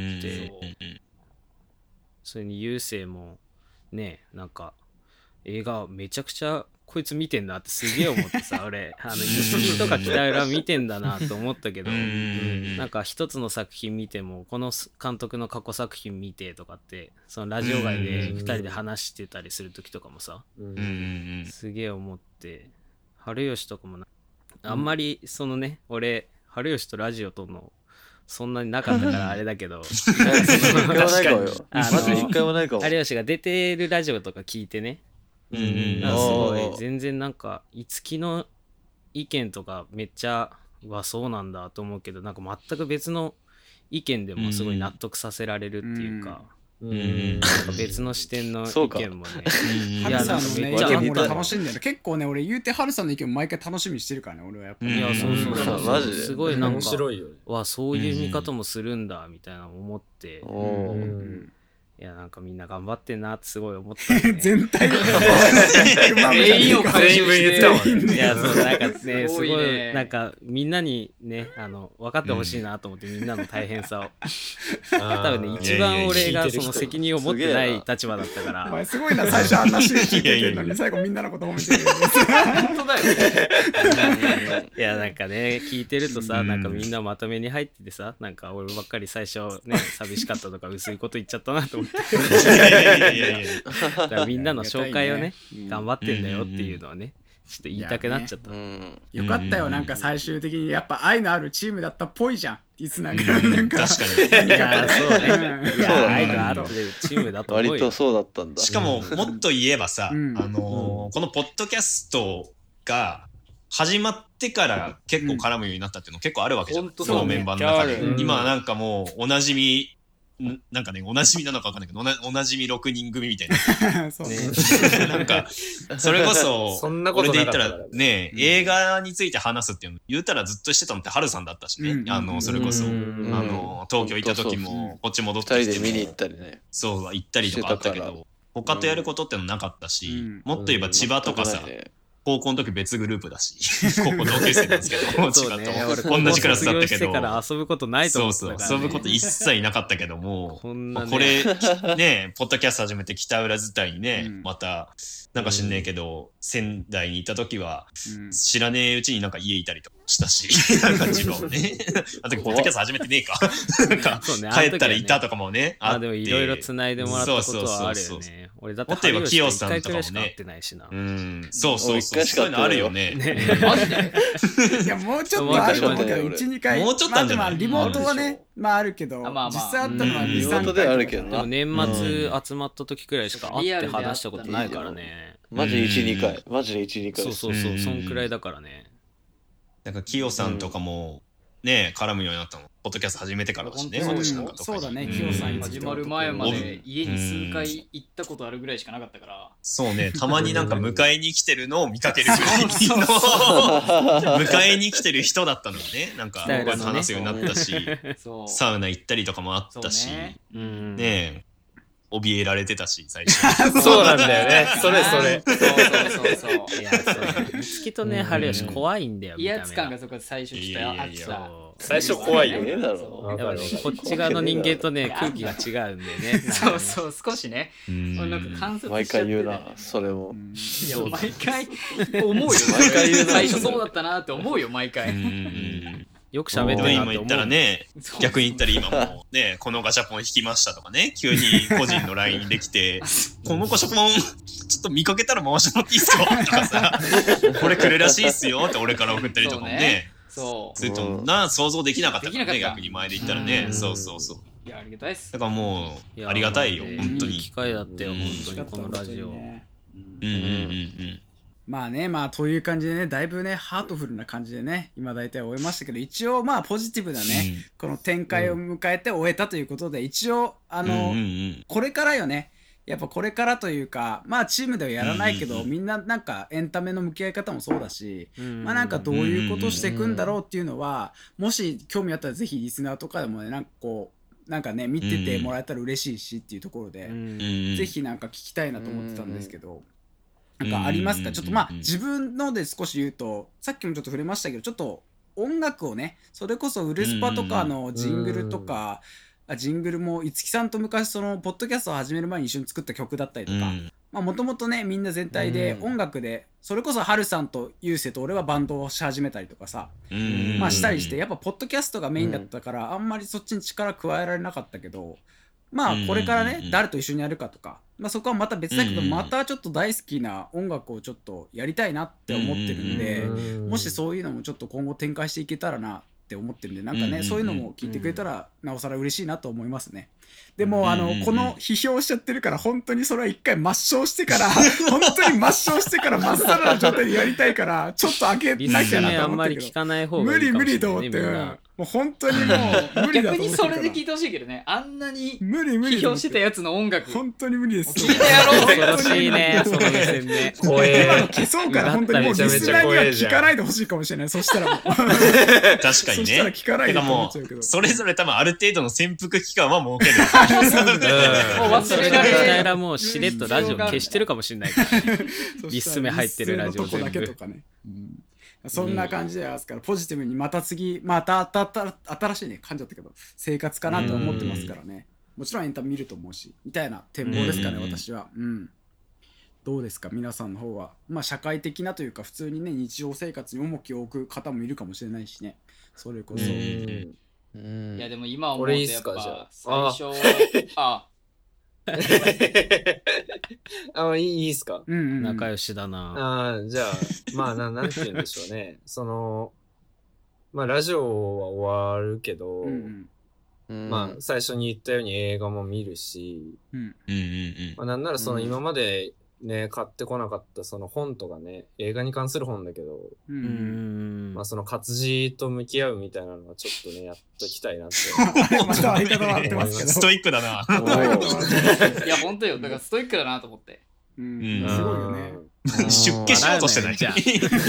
S4: それに優勢もね、なんか映画めちゃくちゃこいつ見てんなってすげえ思ってさ俺あの石木とか北浦見てんだなと思ったけどなんか一つの作品見てもこの監督の過去作品見てとかってそのラジオ外でふたりで話してたりする時とかもさすげえ思って、春吉とかもなあんまりそのね俺春吉とラジオとのそんなになかったからあれだけど有吉が出てるラジオとか聞いてね、うんうん、なんかすごい全然なんか五木の意見とかめっちゃはそうなんだと思うけど、なんか全く別の意見でもすごい納得させられるっていうか、うんうん、なんか別の視点の意見もね
S2: ハルさんのね意見も俺楽しんでる、結構ね俺言うてハルさんの意見も毎回楽しみにしてるからね俺はやっぱり、
S4: いやそうそうそうマジですごいなんか面白いよね、わそういう見方もするんだみたいな思って、うん、いやなんかみんな頑張ってんなってすごい思った、ね、
S2: 全体で
S6: 全員を回収して
S4: いやそうなんかねすごいなんかみんなにねあの分かってほしいなと思って、うん、みんなの大変さを多分ね一番俺がその責任を持ってない立場だったから、
S2: お前すごいな最初あんなシーン聞いてるのに最後みんなのこと褒めてる
S6: 本当だよ
S4: ねいやなんかね聞いてるとさ、なんかみんなまとめに入っててさ、なんか俺ばっかり最初ね寂しかったとか薄いこと言っちゃったなと思っていやいやいやいやだからみんなの紹介をね、ね、頑張ってんだよっていうのはねちょっと言いたくなっちゃった、ね、
S2: うん、よかったよ、なんか最終的にやっぱ愛のあるチームだったっぽいじゃんいつなんか、うん、なんか
S3: 確かにいや
S4: そうねいや愛のあるチームだと思うよ、
S5: 割とそうだったんだ。
S3: しかももっと言えばさ、うん、あのーうん、このポッドキャストが始まってから結構絡むようになったっていうの結構あるわけじゃん、うん、そのメンバーの中で、うん、今なんかもうおなじみなんかね、おなじみなのかわかんないけど、おなじみろくにん組みたいな。そうね。なんか、それこそ、そんなこと俺で言ったらね、映画について話すっていうの、言うたらずっとしてたのってハルさんだったしね。あの、それこそ、あの、東京行った時も、こっち戻ってきても。
S5: ふたりで見に行ったりね。
S3: そう、行ったりとかあったけど、他とやることってのなかったし、もっと言えば千葉とかさ、高校の時別グループだし、高校同級生なんですけど、千葉と同じクラスだったけど、
S4: から遊ぶことないと思ってたから、
S3: ね、そうそう、遊ぶこと一切なかったけども、こんなね、これね、ポッドキャスト始めて北浦伝いにね、うん、またなんか知んねえけど、うん、仙台に行った時は、うん、知らねえうちになんか家いたりとかしたし、なんか自分をね、あの時ポッドキャスト始めてねえか、なんか帰ったらいたとかもね、
S4: あでもいろいろ繋いでもらったことはあるよね。俺だってハリヨシと一回くらいしか会ってないしな。
S3: うん、そうそうそう、そういうのあるよね。
S2: マジで？いやもうちょっとあると思うけど、いち、にかい。
S3: もうちょっとあるんじゃない？
S2: まあリモートはね、まああるけど、実際あったのはに、さんかい
S5: であるけどな。
S4: でも年末集まった時くらいしか会って話したことないからね。
S5: マジいち、にかい。マジでいち、にかい。
S4: そうそうそう、そんくらいだからね。
S3: なんかキヨさんとかもね、絡むようになったの。ポッドキャスト始めてからだしね、私なんかとか。
S2: そうだね、キヨさん
S6: 始まる前まで家に数回行ったことあるぐらいしかなかったから。
S3: そうね、たまになんか迎えに来てるのを見かけるぐらいの迎えに来てる人だったのね、なんか話すようになったし、サウナ行ったりとかもあったし、ねえ。怯えられてたし、最初。
S1: そうなんだよね。それそれ。
S6: そうそうそうそう。いや、そう。
S4: みつきとね、春吉怖いんだよ。
S6: 威圧感がそこで最初ちょっとあってさ。
S1: 最初怖いよ。
S5: ねだろ。
S4: やっぱね、こっち側の人間とね、空気が違うんでね。
S6: そうそう、少しね。なんか観察
S5: 毎回言うな、それも。
S6: いや、毎回思うよ。毎回言うな。最初そうだったなって思うよ、毎回。
S4: よく喋ってるなって思う。
S3: 今言ったらね、逆に言ったら今もうね、このガシャポン引きましたとかね、急に個人の ライン できて、このガシャポン、ちょっと見かけたら回してもらっていいっすかとかさ、これくれらしいっすよって俺から送ったりとかもね。
S6: そう。
S3: それとな、想像できなかったからね、逆に前で言ったらね。そうそうそう。
S6: いや、ありがたいっす。
S3: だからもう、ありがたいよ、本当に。いい
S4: 機会だったよ、本当に、このラジオ。うんうん
S3: うんうん。
S2: まあね、まあという感じでね、だいぶね、ハートフルな感じでね、今大体終えましたけど、一応まあポジティブなね、うん、この展開を迎えて終えたということで、一応、あの、うんうんうん、これからよね、やっぱこれからというか、まあチームではやらないけど、うんうんうん、みんななんかエンタメの向き合い方もそうだし、うんうんうん、まあなんかどういうことしていくんだろうっていうのは、もし興味あったらぜひリスナーとかでもね、なんかこう、なんかね、見ててもらえたら嬉しいしっていうところで、うん、ぜひなんか聞きたいなと思ってたんですけど、うんうんなんかありますか？ちょっとまあ自分ので少し言うと、さっきもちょっと触れましたけど、ちょっと音楽をね、それこそウルスパとかのジングルとか、あジングルも五木さんと昔そのポッドキャストを始める前に一緒に作った曲だったりとか、まあもともとねみんな全体で音楽で、それこそハルさんとユーセと俺はバンドをし始めたりとかさ、まあしたりして、やっぱポッドキャストがメインだったからあんまりそっちに力加えられなかったけど、まあこれからね誰と一緒にやるかとか、まあ、そこはまた別だけど、またちょっと大好きな音楽をちょっとやりたいなって思ってるんで、もしそういうのもちょっと今後展開していけたらなって思ってるんで、なんかねそういうのも聞いてくれたらなおさら嬉しいなと思いますね。でもあのこの批評しちゃってるから本当にそれは一回抹消してから本当に抹消してからまっさらな状態でやりたいからちょっと開けなきゃなと思ってるけど、無理無理と思って、もう本当にもう無理だと思ってるから。逆に
S6: それで聞いてほしいけどね、あんなに批評してたやつの音楽
S2: 本当に無理です。
S6: 聞いてやろう。
S4: 恐ろしいね、その目線ね。
S2: 怖え。今の消そうから本当にもうリスナーには聞かないでほしいかもしれない。そしたらもう確かに
S3: ね。
S2: そしたら聞かないでと思っちゃうけど。
S3: それぞれ多分ある程度の潜伏期間は設ける。
S6: もう忘れられ
S4: ない。らもうしれっとラジオ消してるかもしれないから。リス目入ってるラジオ全部。
S2: そんな感じであすから、ポジティブにまた次また新しいね感じだったけど生活かなと思ってますからね。もちろんエンタメ見ると思うしみたいな展望ですかね、私は。うんどうですか皆さんの方は。まあ社会的なというか普通にね日常生活に重きを置く方もいるかもしれないしね。それこそ
S6: いやでも今思うとやっぱ最初あ
S1: あいいっすか、
S4: うんうん、仲良しだ
S1: なあ。じゃあまあ な, なんて言うんでしょうねそのまあラジオは終わるけど、うんうん、まあ最初に言ったように映画も見るし、うんまあ、なんならその今までね、買ってこなかったその本とかね、映画に関する本だけど、うん、まあその活字と向き合うみたいなのはちょっとね、やっときたいなって。
S2: また相方は合ってますけど。
S3: ストイックだな。
S6: いや、本当よ。だからストイックだなと思って。
S2: うん、すごいよね。
S3: 出家しようとしてないじゃん。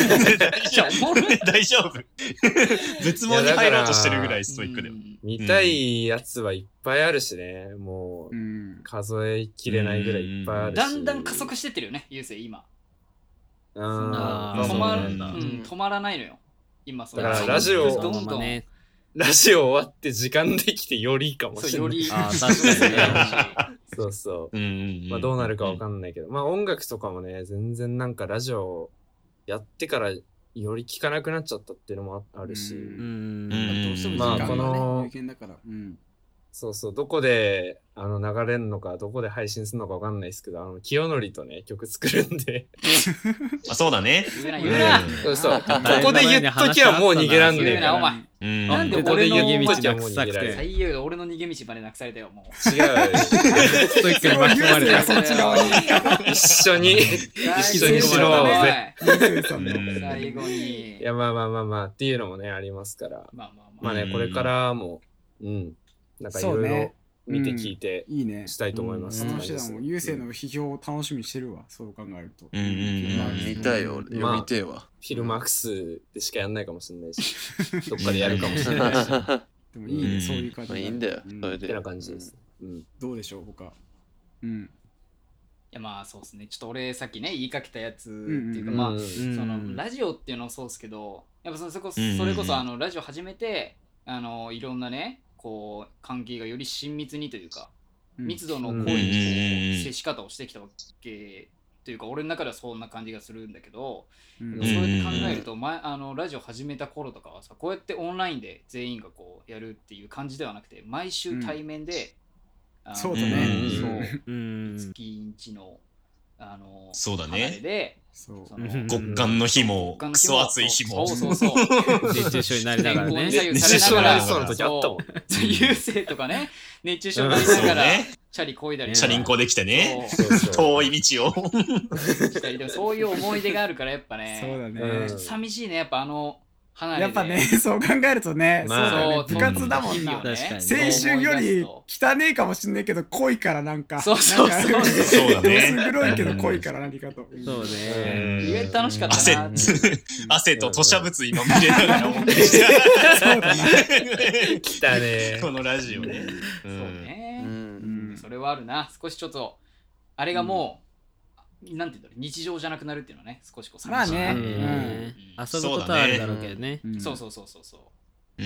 S3: 大丈夫。絶望に入ろうとしてるぐらいストイックだよ。
S1: 見たいやつはいっぱいあるしね。もう、数えきれないぐらいいっぱいあるし。
S6: だんだん加速してってるよね、ゆうせい今。
S1: あ
S6: 止まる、うん、止まらないのよ。今それ。
S1: だからラジオ、どんどんね。ラジオ終わって時間できてよりいいかもしれない。より、
S6: あ、確かにね。
S1: そうそう。まあどうなるかわかんないけど、まあ音楽とかもね、全然なんかラジオやってからより聴かなくなっちゃったっていうのもあるし、まあこの、そうそう、どこであの流れるのか、どこで配信するのかわかんないですけど、あの清則とね、曲作るんで。
S3: あ、そうだね。
S1: そうそう。ここで言っときはもう逃げらんねえから。
S6: なんで俺の逃げ道なくさくて。最悪、俺の逃げ道までなくされたよ、もう。
S1: 違う。ストイックに巻き込まれた。そっち側に。一緒に、一緒にしろうぜ。
S6: 最後に。
S1: いや、まあまあまあまあ、っていうのもね、ありますから。まあまあまあ。まあね、これからも、うん。なんかいろいろ見て聞いてしたいと思います。
S2: ゆうせいの批評を楽しみにしてるわ、そう考えると。
S5: 見たいよ、読みてえわ。
S1: フィルマークスでしかやんないかもしれないし、どっかでやるかもしれないし。
S2: でもいいね、そういう感じ。
S5: いいんだよ、それで。
S1: ってな感じです。
S2: どうでしょう、他。うん。
S6: いやまあそうですね、ちょっと俺さっきね言いかけたやつっていうか、まあそのラジオっていうのもそうですけど、やっぱそれこそそれこそあのラジオ始めて、あのいろんなねこう関係がより親密にというか、密度の濃い接し方をしてきたわけというか、俺の中ではそんな感じがするんだけど、そうやって考えると、前あのラジオ始めた頃とかはさ、こうやってオンラインで全員がこうやるっていう感じではなくて、毎週対面で、
S2: そうだね、
S6: そう月一のあの
S3: そうだね
S6: で
S3: 極寒の日もクソ暑い日も、
S6: そうそうそう
S4: 熱中症になりながらね、
S1: 熱中症になりそうな時あったもん。
S6: 優勢とかね、熱中症になりながらチャリこいだり、
S3: チャリンコできてね、遠い道を
S6: したり、でもそういう思い出があるからやっぱね、
S2: そうだね、
S6: 寂しいね、やっぱあの離れて
S2: やっぱね、そう考えるとね、そうだね、部活だもんな。青春より汚ねえかもしんないけど濃いからなんか、
S6: そうそうそう、
S3: そうだね、
S2: 薄黒いけど濃いから何かと。
S4: そうね、
S6: 意外と楽しかったな。
S3: 汗と吐砂物今見れながら思ってきた。
S1: そうだね、来たね、
S3: このラジオね。
S6: そうね、それはあるな。少しちょっとあれがもうなんていうんだろう、日常じゃなくなるっていうのはね、少しこう寂しい。
S2: まあね、
S4: 遊ぶことはあるだろうけどね。
S6: そうそうそうそうそう。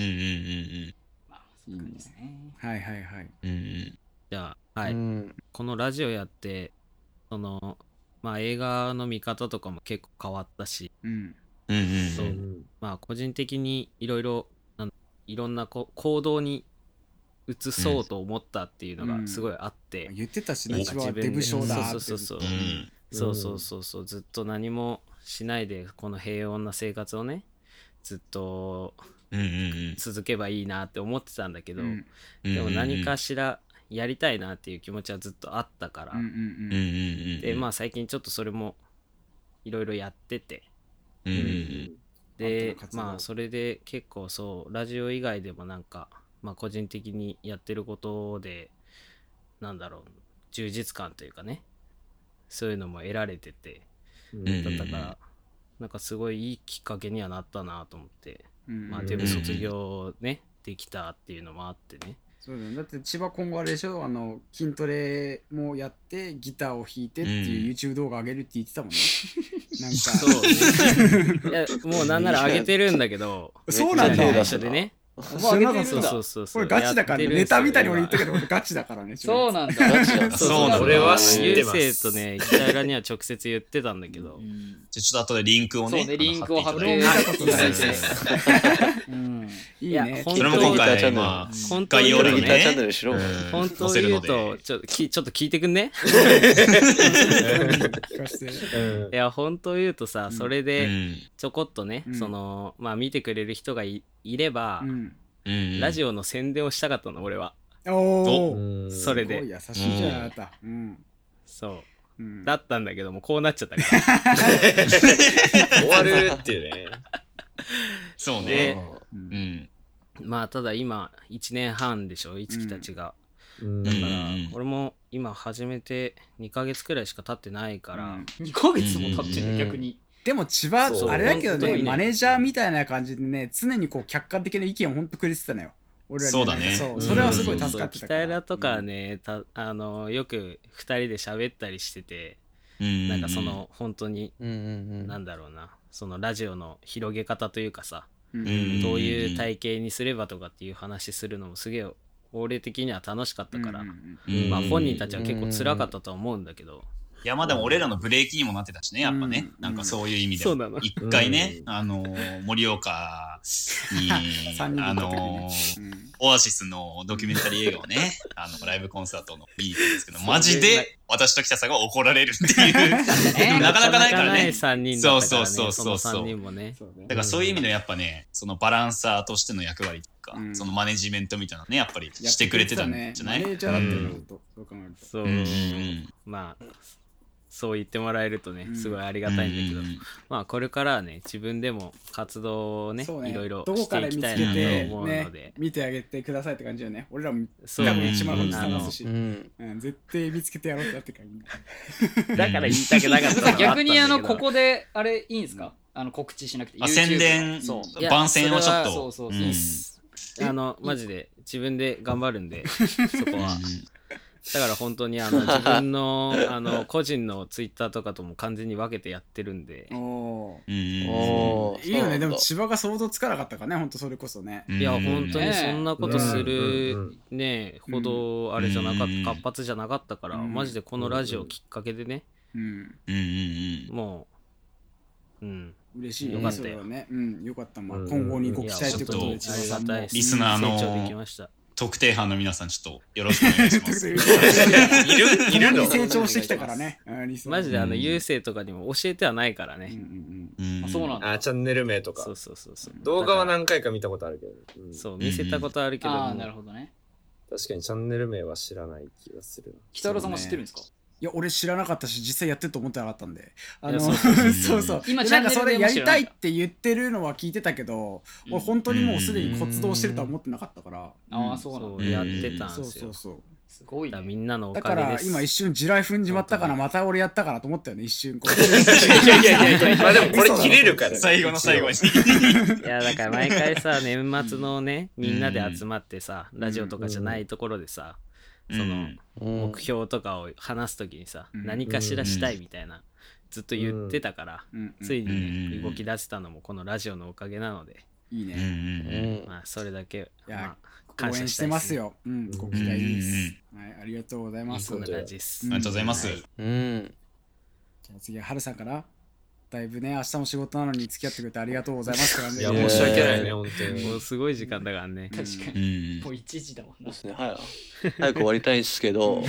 S3: うんうんうんうん。
S6: まあそういう感じですね。
S2: はいはいはい。
S4: じゃあはい、このラジオやってそのまあ映画の見方とかも結構変わったし、
S2: うん
S4: そう、まあ個人的にいろいろいろんなこ行動に移そうと思ったっていうのがすごいあって、
S2: 言ってたしね、自分はデブ症だって。
S4: そうそうそうそうそうそうそう、ずっと何もしないでこの平穏な生活をねずっと続けばいいなって思ってたんだけど、でも何かしらやりたいなっていう気持ちはずっとあったから、でまあ最近ちょっとそれもいろいろやってて、でまあそれで結構そうラジオ以外でもなんかまあ個人的にやってることでなんだろう充実感というかね、そういうのも得られてて、だったからなんかすごいいいきっかけにはなったなと思って、まあデブ卒業ねできたっていうのもあってね。
S2: そうだね、だって千葉今後あれでしょ、あの筋トレもやってギターを弾いてっていう YouTube 動画上げるって言ってたもんね。なんか
S4: そうね。いやもうなんなら上げてるんだけど、
S2: そうなんだ。
S4: 一緒でね。
S2: もう上げてるんだ。これガチだからね。ネタみたいに俺言ったけど、俺ガチだからね。
S6: そうなんだ。
S3: そうなんだ。
S1: 俺は知ってます。
S4: ゆうせいとね、北浦には直接言ってたんだけど。
S3: じゃちょっと後でリンクをね。
S6: そうね、リンクを貼って。
S2: いいね。
S3: それも今回、まあ、概要欄にね。
S4: 本当言うと、ちょっと聞いてくんね。いや、本当言うとさ、それでちょこっとね、その、まあ見てくれる人がいれば、ラジオの宣伝をしたかったの俺は。
S2: おお、
S4: それで。
S2: 優しいじゃなかった。
S4: そうだったんだけどもこうなっちゃったから
S1: 終わるっていうね。
S3: そうね。うん。
S4: まあただ今いちねんはんでしょ、いつきたちが。うん、だから俺も今始めてにかげつくらいしか経ってないから、うん、
S6: にかげつも経ってる、うん、逆に。
S2: でも千葉あれだけどね、ねマネージャーみたいな感じでね、常にこう客観的な意見をほんとくれてたのよ。俺らに、ね、
S3: そうだね。
S2: そう、それはすごい助かってたから。
S4: 北浦とかね、たあのよくふたりで喋ったりしてて、うん、なんかその本当に、うん、なんだろうな、そのラジオの広げ方というかさ、うん、どういう体型にすればとかっていう話するのもすげえ俺的には楽しかったから、うんまあ本人たちは結構辛かったとは思うんだけど、
S3: いやまあでも俺らのブレーキにもなってたしね、やっぱね、うん、なんかそういう意味でも一回ね、うん、あの盛岡にあの、うん、オアシスのドキュメンタリー映画をねあのライブコンサートの見に行ったんですけど、マジで私と北さんが怒られるっていうなかなかないからね。
S4: さんにんだったからね。
S3: そうそうそうそう。そのさんにんもね。だからそういう意味でやっぱね、そのバランサーとしての役割とか、うん、そのマネジメントみたいなのね、やっぱりしてくれてたんじゃない？
S2: マネージャーだってこと、そう考えると。
S4: そう、うん、まあそう言ってもらえるとねすごいありがたいんだけど、うん、まあこれからはね自分でも活動をね、ねいろいろしていきたいなと思うので、
S2: ね、見てあげてくださいって感じよね。俺らも多分一番本伝ますし、うんうん、絶対見つけてやろうってやって感
S4: じだから言いたくなかった
S6: 逆にあのここであれいいんですか、あの告知しなくて、
S3: 宣伝番宣をちょっとそうそうそう、
S4: うん、あのマジで自分で頑張るんでそこはだから本当にあの自分のあの個人のツイッターとかとも完全に分けてやってるんで、
S2: おーいいよね。でも千葉が想像つかなかったかね、本当それこそね。
S4: いや本当にそんなことするねほどあれじゃなかった、活発じゃなかったから、マジでこのラジオきっかけでね、もううん
S2: 嬉しいよかったよね。うんよかった。まあ今後にご期待ということで千葉さんも
S3: リスナーの特定班の皆さんちょっとよろしくお願いします。いる
S2: いるの成長してきたからね。
S4: マジであの優勢とかにも教えてはないからね。
S6: そうなんだ。
S1: あチャンネル名とか。
S4: そうそうそうそう。
S1: 動画は何回か見たことあるけど。
S4: そう見せたことあるけど。
S6: ああなるほどね。
S1: 確かにチャンネル名は知らない気がする。
S6: 北浦さんも知ってるんですか？
S2: いや俺知らなかったし実際やってると思ってなかったんで、あのそうそう今なんかそれやりたいって言ってるのは聞いてたけど、うん、俺本当にもうすでに活動してるとは思ってなかったから、
S6: うん、ああそうなんだ、
S4: やってたんですよ。そう
S2: そうそう
S6: すごい
S4: な、みんなのお
S2: か
S4: げです。
S2: だから今一瞬地雷踏んじまったからまた俺やったからと思ったよね一瞬こう
S1: いやいやいやいやまあでもこれ切れるから、ね、
S3: 最後の最後に
S4: いやだから毎回さ年末のねみんなで集まってさ、ラジオとかじゃないところでさ、その目標とかを話すときにさ、うん、何かしらしたいみたいな、うん、ずっと言ってたから、うん、ついに、ね、動き出せたのもこのラジオのおかげなので、
S2: いいね、
S4: まあそれだけ、
S2: まあ、感謝してますよ、うん、ご期待です、はい、ありがとうございます。
S4: こんな感じです。
S3: ありがとうございます、はい、
S2: うん、じゃあ次ははるさんかな。だいぶね明日も仕事なのに付き合ってくれてありがとうございますからね。
S1: いや申し訳ないね本当に。
S4: もうすごい時間だからね。
S6: 確かに、うん、もういちじだもんな。
S5: そうですね、早く早く終わりたいんですけど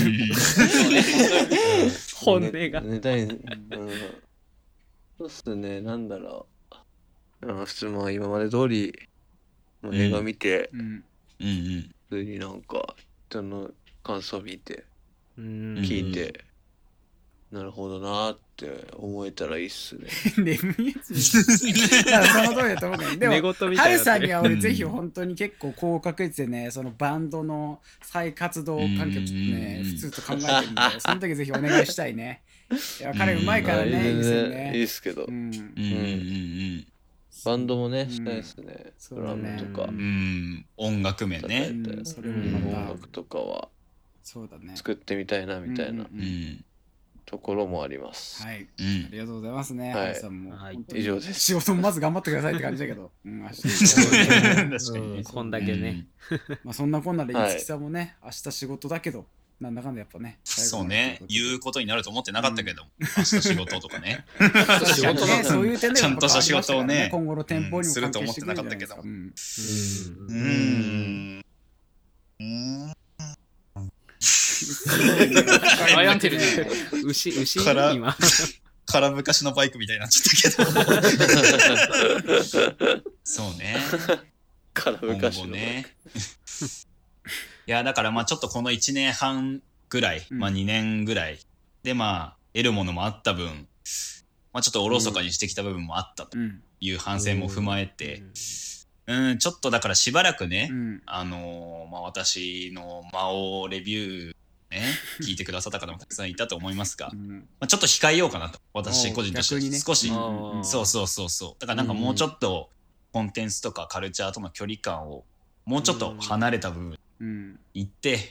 S4: 本音が
S5: 寝たい、うん、そうっすね、なんだろう、うん、普通まあ今まで通り映画見て、うん、普通になんか人の感想見て、うん、聞いて、なるほどなーって思えたらいいっすね。
S2: 眠いやつだからその通りだと思うけど、でもハルさんには俺ぜひ本当に結構高確率でね、そのバンドの再活動環境ね普通と考えてるんで、その時ぜひお願いしたいね。いや彼うまいからね、いいですよね。
S5: いいっすけど、うんうん、バンドもねしたいっすね、ドラムとか、うん、
S3: 音楽面ね、
S2: それもまた
S5: 音楽とかは
S2: そうだね
S5: 作ってみたいなみたいなところもあります。
S2: はい、うん、ありがとうございますね。はい、さんも、はい、
S5: 以上です。
S2: 仕事もまず頑張ってくださいって感じだけど、うん、明日
S3: 確かに、
S4: うん、こんだけね。
S2: まあそんなこんなでいつきさんもね、明日仕事だけど、なんだかんだやっぱね。
S3: そうね、言うことになると思ってなかったけど、うん、明日仕事とかね。
S2: 仕事ね、そういう点で
S3: ちゃんとした仕事をね、
S2: 今後の店舗にも
S3: すると思ってなかったけど。うん。うん。うん。
S6: 悩んでるね。
S4: 牛、牛
S3: から今。から昔のバイクみたいになっちゃったけど。そうね。
S5: から昔の
S3: ね。いやだからまあちょっとこのいちねんはんぐらい、うん、まあにねんぐらいでまあ得るものもあった分、まあ、ちょっとおろそかにしてきた部分もあったという反省も踏まえて、うん、うん、ちょっとだからしばらくね、うん、あのーまあ、私の魔王レビューね、聞いてくださった方もたくさんいたと思いますが、うんまあ、ちょっと控えようかなと私個人として少し、ね、そうそうそうそうだからなんかもうちょっとコンテンツとかカルチャーとの距離感をもうちょっと離れた部分行って、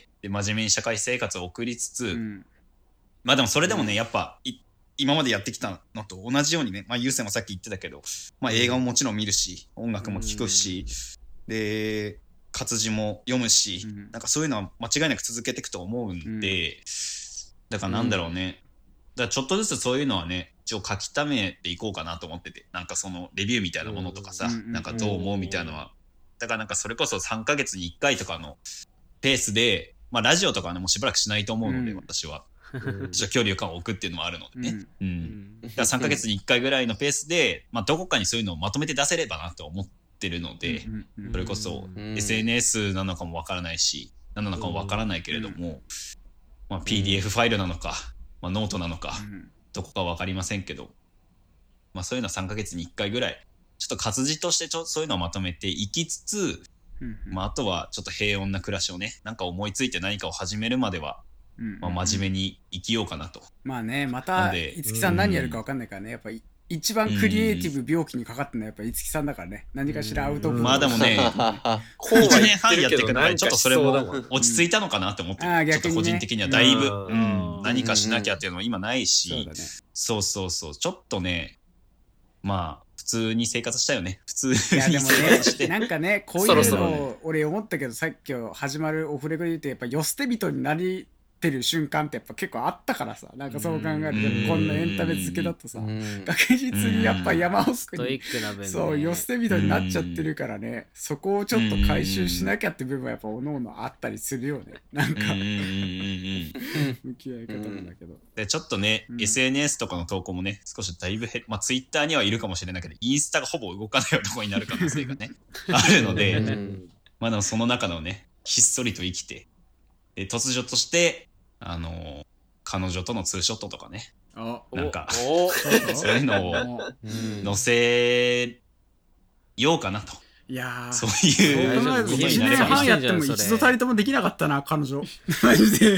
S3: で真面目に社会生活を送りつつ、うん、まあでもそれでもねやっぱ今までやってきたのと同じようにね、まあ、ゆうせいもさっき言ってたけど、まあ、映画ももちろん見るし音楽も聴くし、うん、で活字も読むし、うん、なんかそういうのは間違いなく続けていくと思うんで、うん、だからなんだろうね、だからちょっとずつそういうのはね一応書き溜めていこうかなと思ってて、なんかそのレビューみたいなものとかさ、うん、なんかどう思うみたいなのは、だからなんかそれこそさんかげつにいっかいとかのペースで、まあラジオとかはねもうしばらくしないと思うので、うん、私はちょっと距離感を置くっていうのもあるのでね、うんうん、だからさんかげつにいっかいぐらいのペースで、まあ、どこかにそういうのをまとめて出せればなと思ってるので、それこそ エスエヌエス なのかもわからないし何なのかもわからないけれども、まあ、ピーディーエフ ファイルなのか、まあ、ノートなのかどこかわかりませんけど、まあ、そういうのはさんかげつにいっかいぐらいちょっと活字としてちょそういうのをまとめていきつつ、まあ、あとはちょっと平穏な暮らしをねなんか思いついて何かを始めるまではまあ、真面目に生きようかなと、うんうん、
S2: まあねまたいつきさん何やるか分かんないからね、やっぱり一番クリエイティブ病気にかかってるのはやっぱいつきさんだからね、何かしらアウトプット、
S3: まあでもねいちねんはんやってくるちょっとそれも落ち着いたのかなって思ってる、うん、ちょっと個人的にはだいぶ、うん、何かしなきゃっていうのは今ないし、うん、そうそうそうちょっとねまあ普通に生活したよね普通に生活して、
S2: いやでもねなんかねこういうのを俺思ったけどさっき始まるオフレコで言うとやっぱ世捨て人になりてる瞬間ってやっぱ結構あったからさ、なんかそう考えるとこんなエンタメ付けだとさ確実にやっぱ山奥にそう寄せ人になっちゃってるからね、そこをちょっと回収しなきゃって部分はやっぱおのおのあったりするよね、なんか向き合い方もだけど、
S3: でちょっとね、うん、エスエヌエス とかの投稿もね少しだいぶ減る、まあ Twitter にはいるかもしれないけどインスタがほぼ動かないようなところになる可能性がねあるので、まあでもその中のねひっそりと生きてで突如としてあのー、彼女とのツーショットとかねなんかそういうのを載せようかなと、
S2: いや
S3: そういう
S2: ことになればいちねんはんやっても一度たりともできなかったな彼女マジで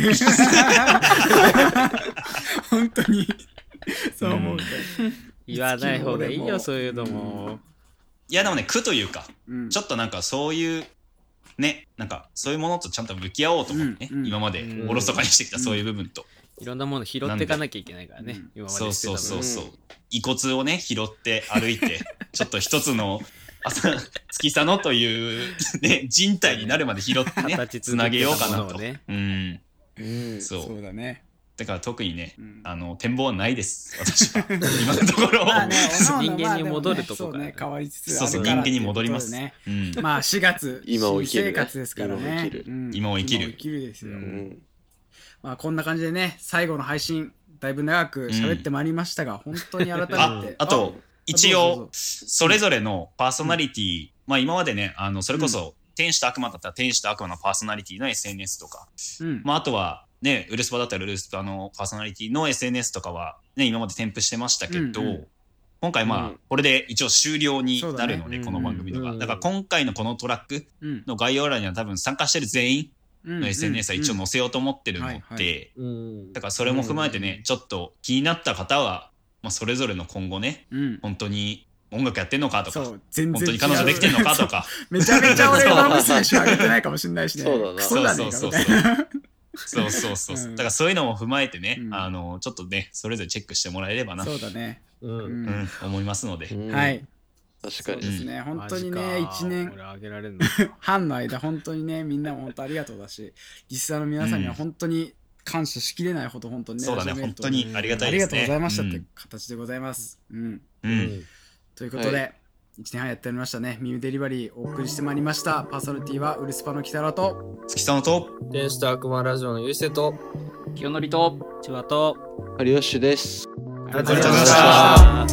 S2: 本当にそう思う、うん、
S4: 言わない方がいいよそういうのも、うん、
S3: いやでもね苦というか、うん、ちょっとなんかそういうね、なんかそういうものとちゃんと向き合おうと思ってね、うんうん、今までおろそかにしてきたそういう部分と、
S4: うん、いろんなもの拾っていかなきゃいけないからね、うん、今まで
S3: そうそうそうそう、うん、遺骨をね拾って歩いてちょっと一つの月佐野という、ね、人体になるまで拾ってねつなげようかなと、ね、うん、
S2: うん、そうそうだね、
S3: だから特にね、うん、あの展望はないです私は今のところ
S2: まあ、ね、
S4: 人間に戻るとこから、ね、
S2: 変わりつつ
S3: そうそう人間に戻ります、
S2: ねうん、まあしがつ
S5: 今を生きる、
S2: 新生活ですからね
S3: 今を生きる、
S2: 今を生きるですよ、うん、まあこんな感じでね最後の配信だいぶ長く喋ってまいりましたが、うん、本当に改めて あ,
S3: あと一応それぞれのパーソナリティ、うん、まあ今までねあのそれこそ、うん、天使と悪魔だったら天使と悪魔のパーソナリティの エスエヌエス とか、うんまあ、あとはね、ウルスパだったらウルスパのパーソナリティの エスエヌエス とかは、ね、今まで添付してましたけど、うんうん、今回まあ、うん、これで一応終了になるので、ね、この番組とか、うんうん、だから今回のこのトラックの概要欄には多分参加してる全員の エスエヌエス は一応載せようと思ってるので、だからそれも踏まえてね、ちょっと気になった方は、まあ、それぞれの今後ね、うん、本当に音楽やってんのかとか本当に彼女できてんのかとか
S2: めちゃめちゃ俺は娘しか上げてないかもしれないしね
S5: そうだな
S3: そうそうそうそうそうそうそう、うん、だからそういうのも踏まえてね、うん、あのちょっとねそれぞれチェックしてもらえればな
S2: そうだね、
S3: うんうん、思いますので、
S2: うん、はい
S5: 確かに
S2: ですね、本当にねいちねんはんの間本当にねみんなも本当ありがとうだしリスナーの皆さんには本当に感謝しきれないほど本当にね、
S3: そうだね本当にありがたいですね
S2: ありがとうございましたって形でございますうん、うんうん、ということで、はいいちねんはんやっておりましたね。ミムデリバリーお送りしてまいりました。パーソナリティはウルスパの北原と
S3: 月佐野と
S1: 天使と悪魔ラジオのゆうせいと
S6: 清則と
S4: 千葉と
S5: 有吉です。
S3: ありがとうございました。
S2: はい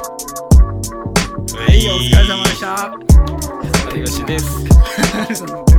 S2: 、お疲れ様でした。
S4: 有吉です。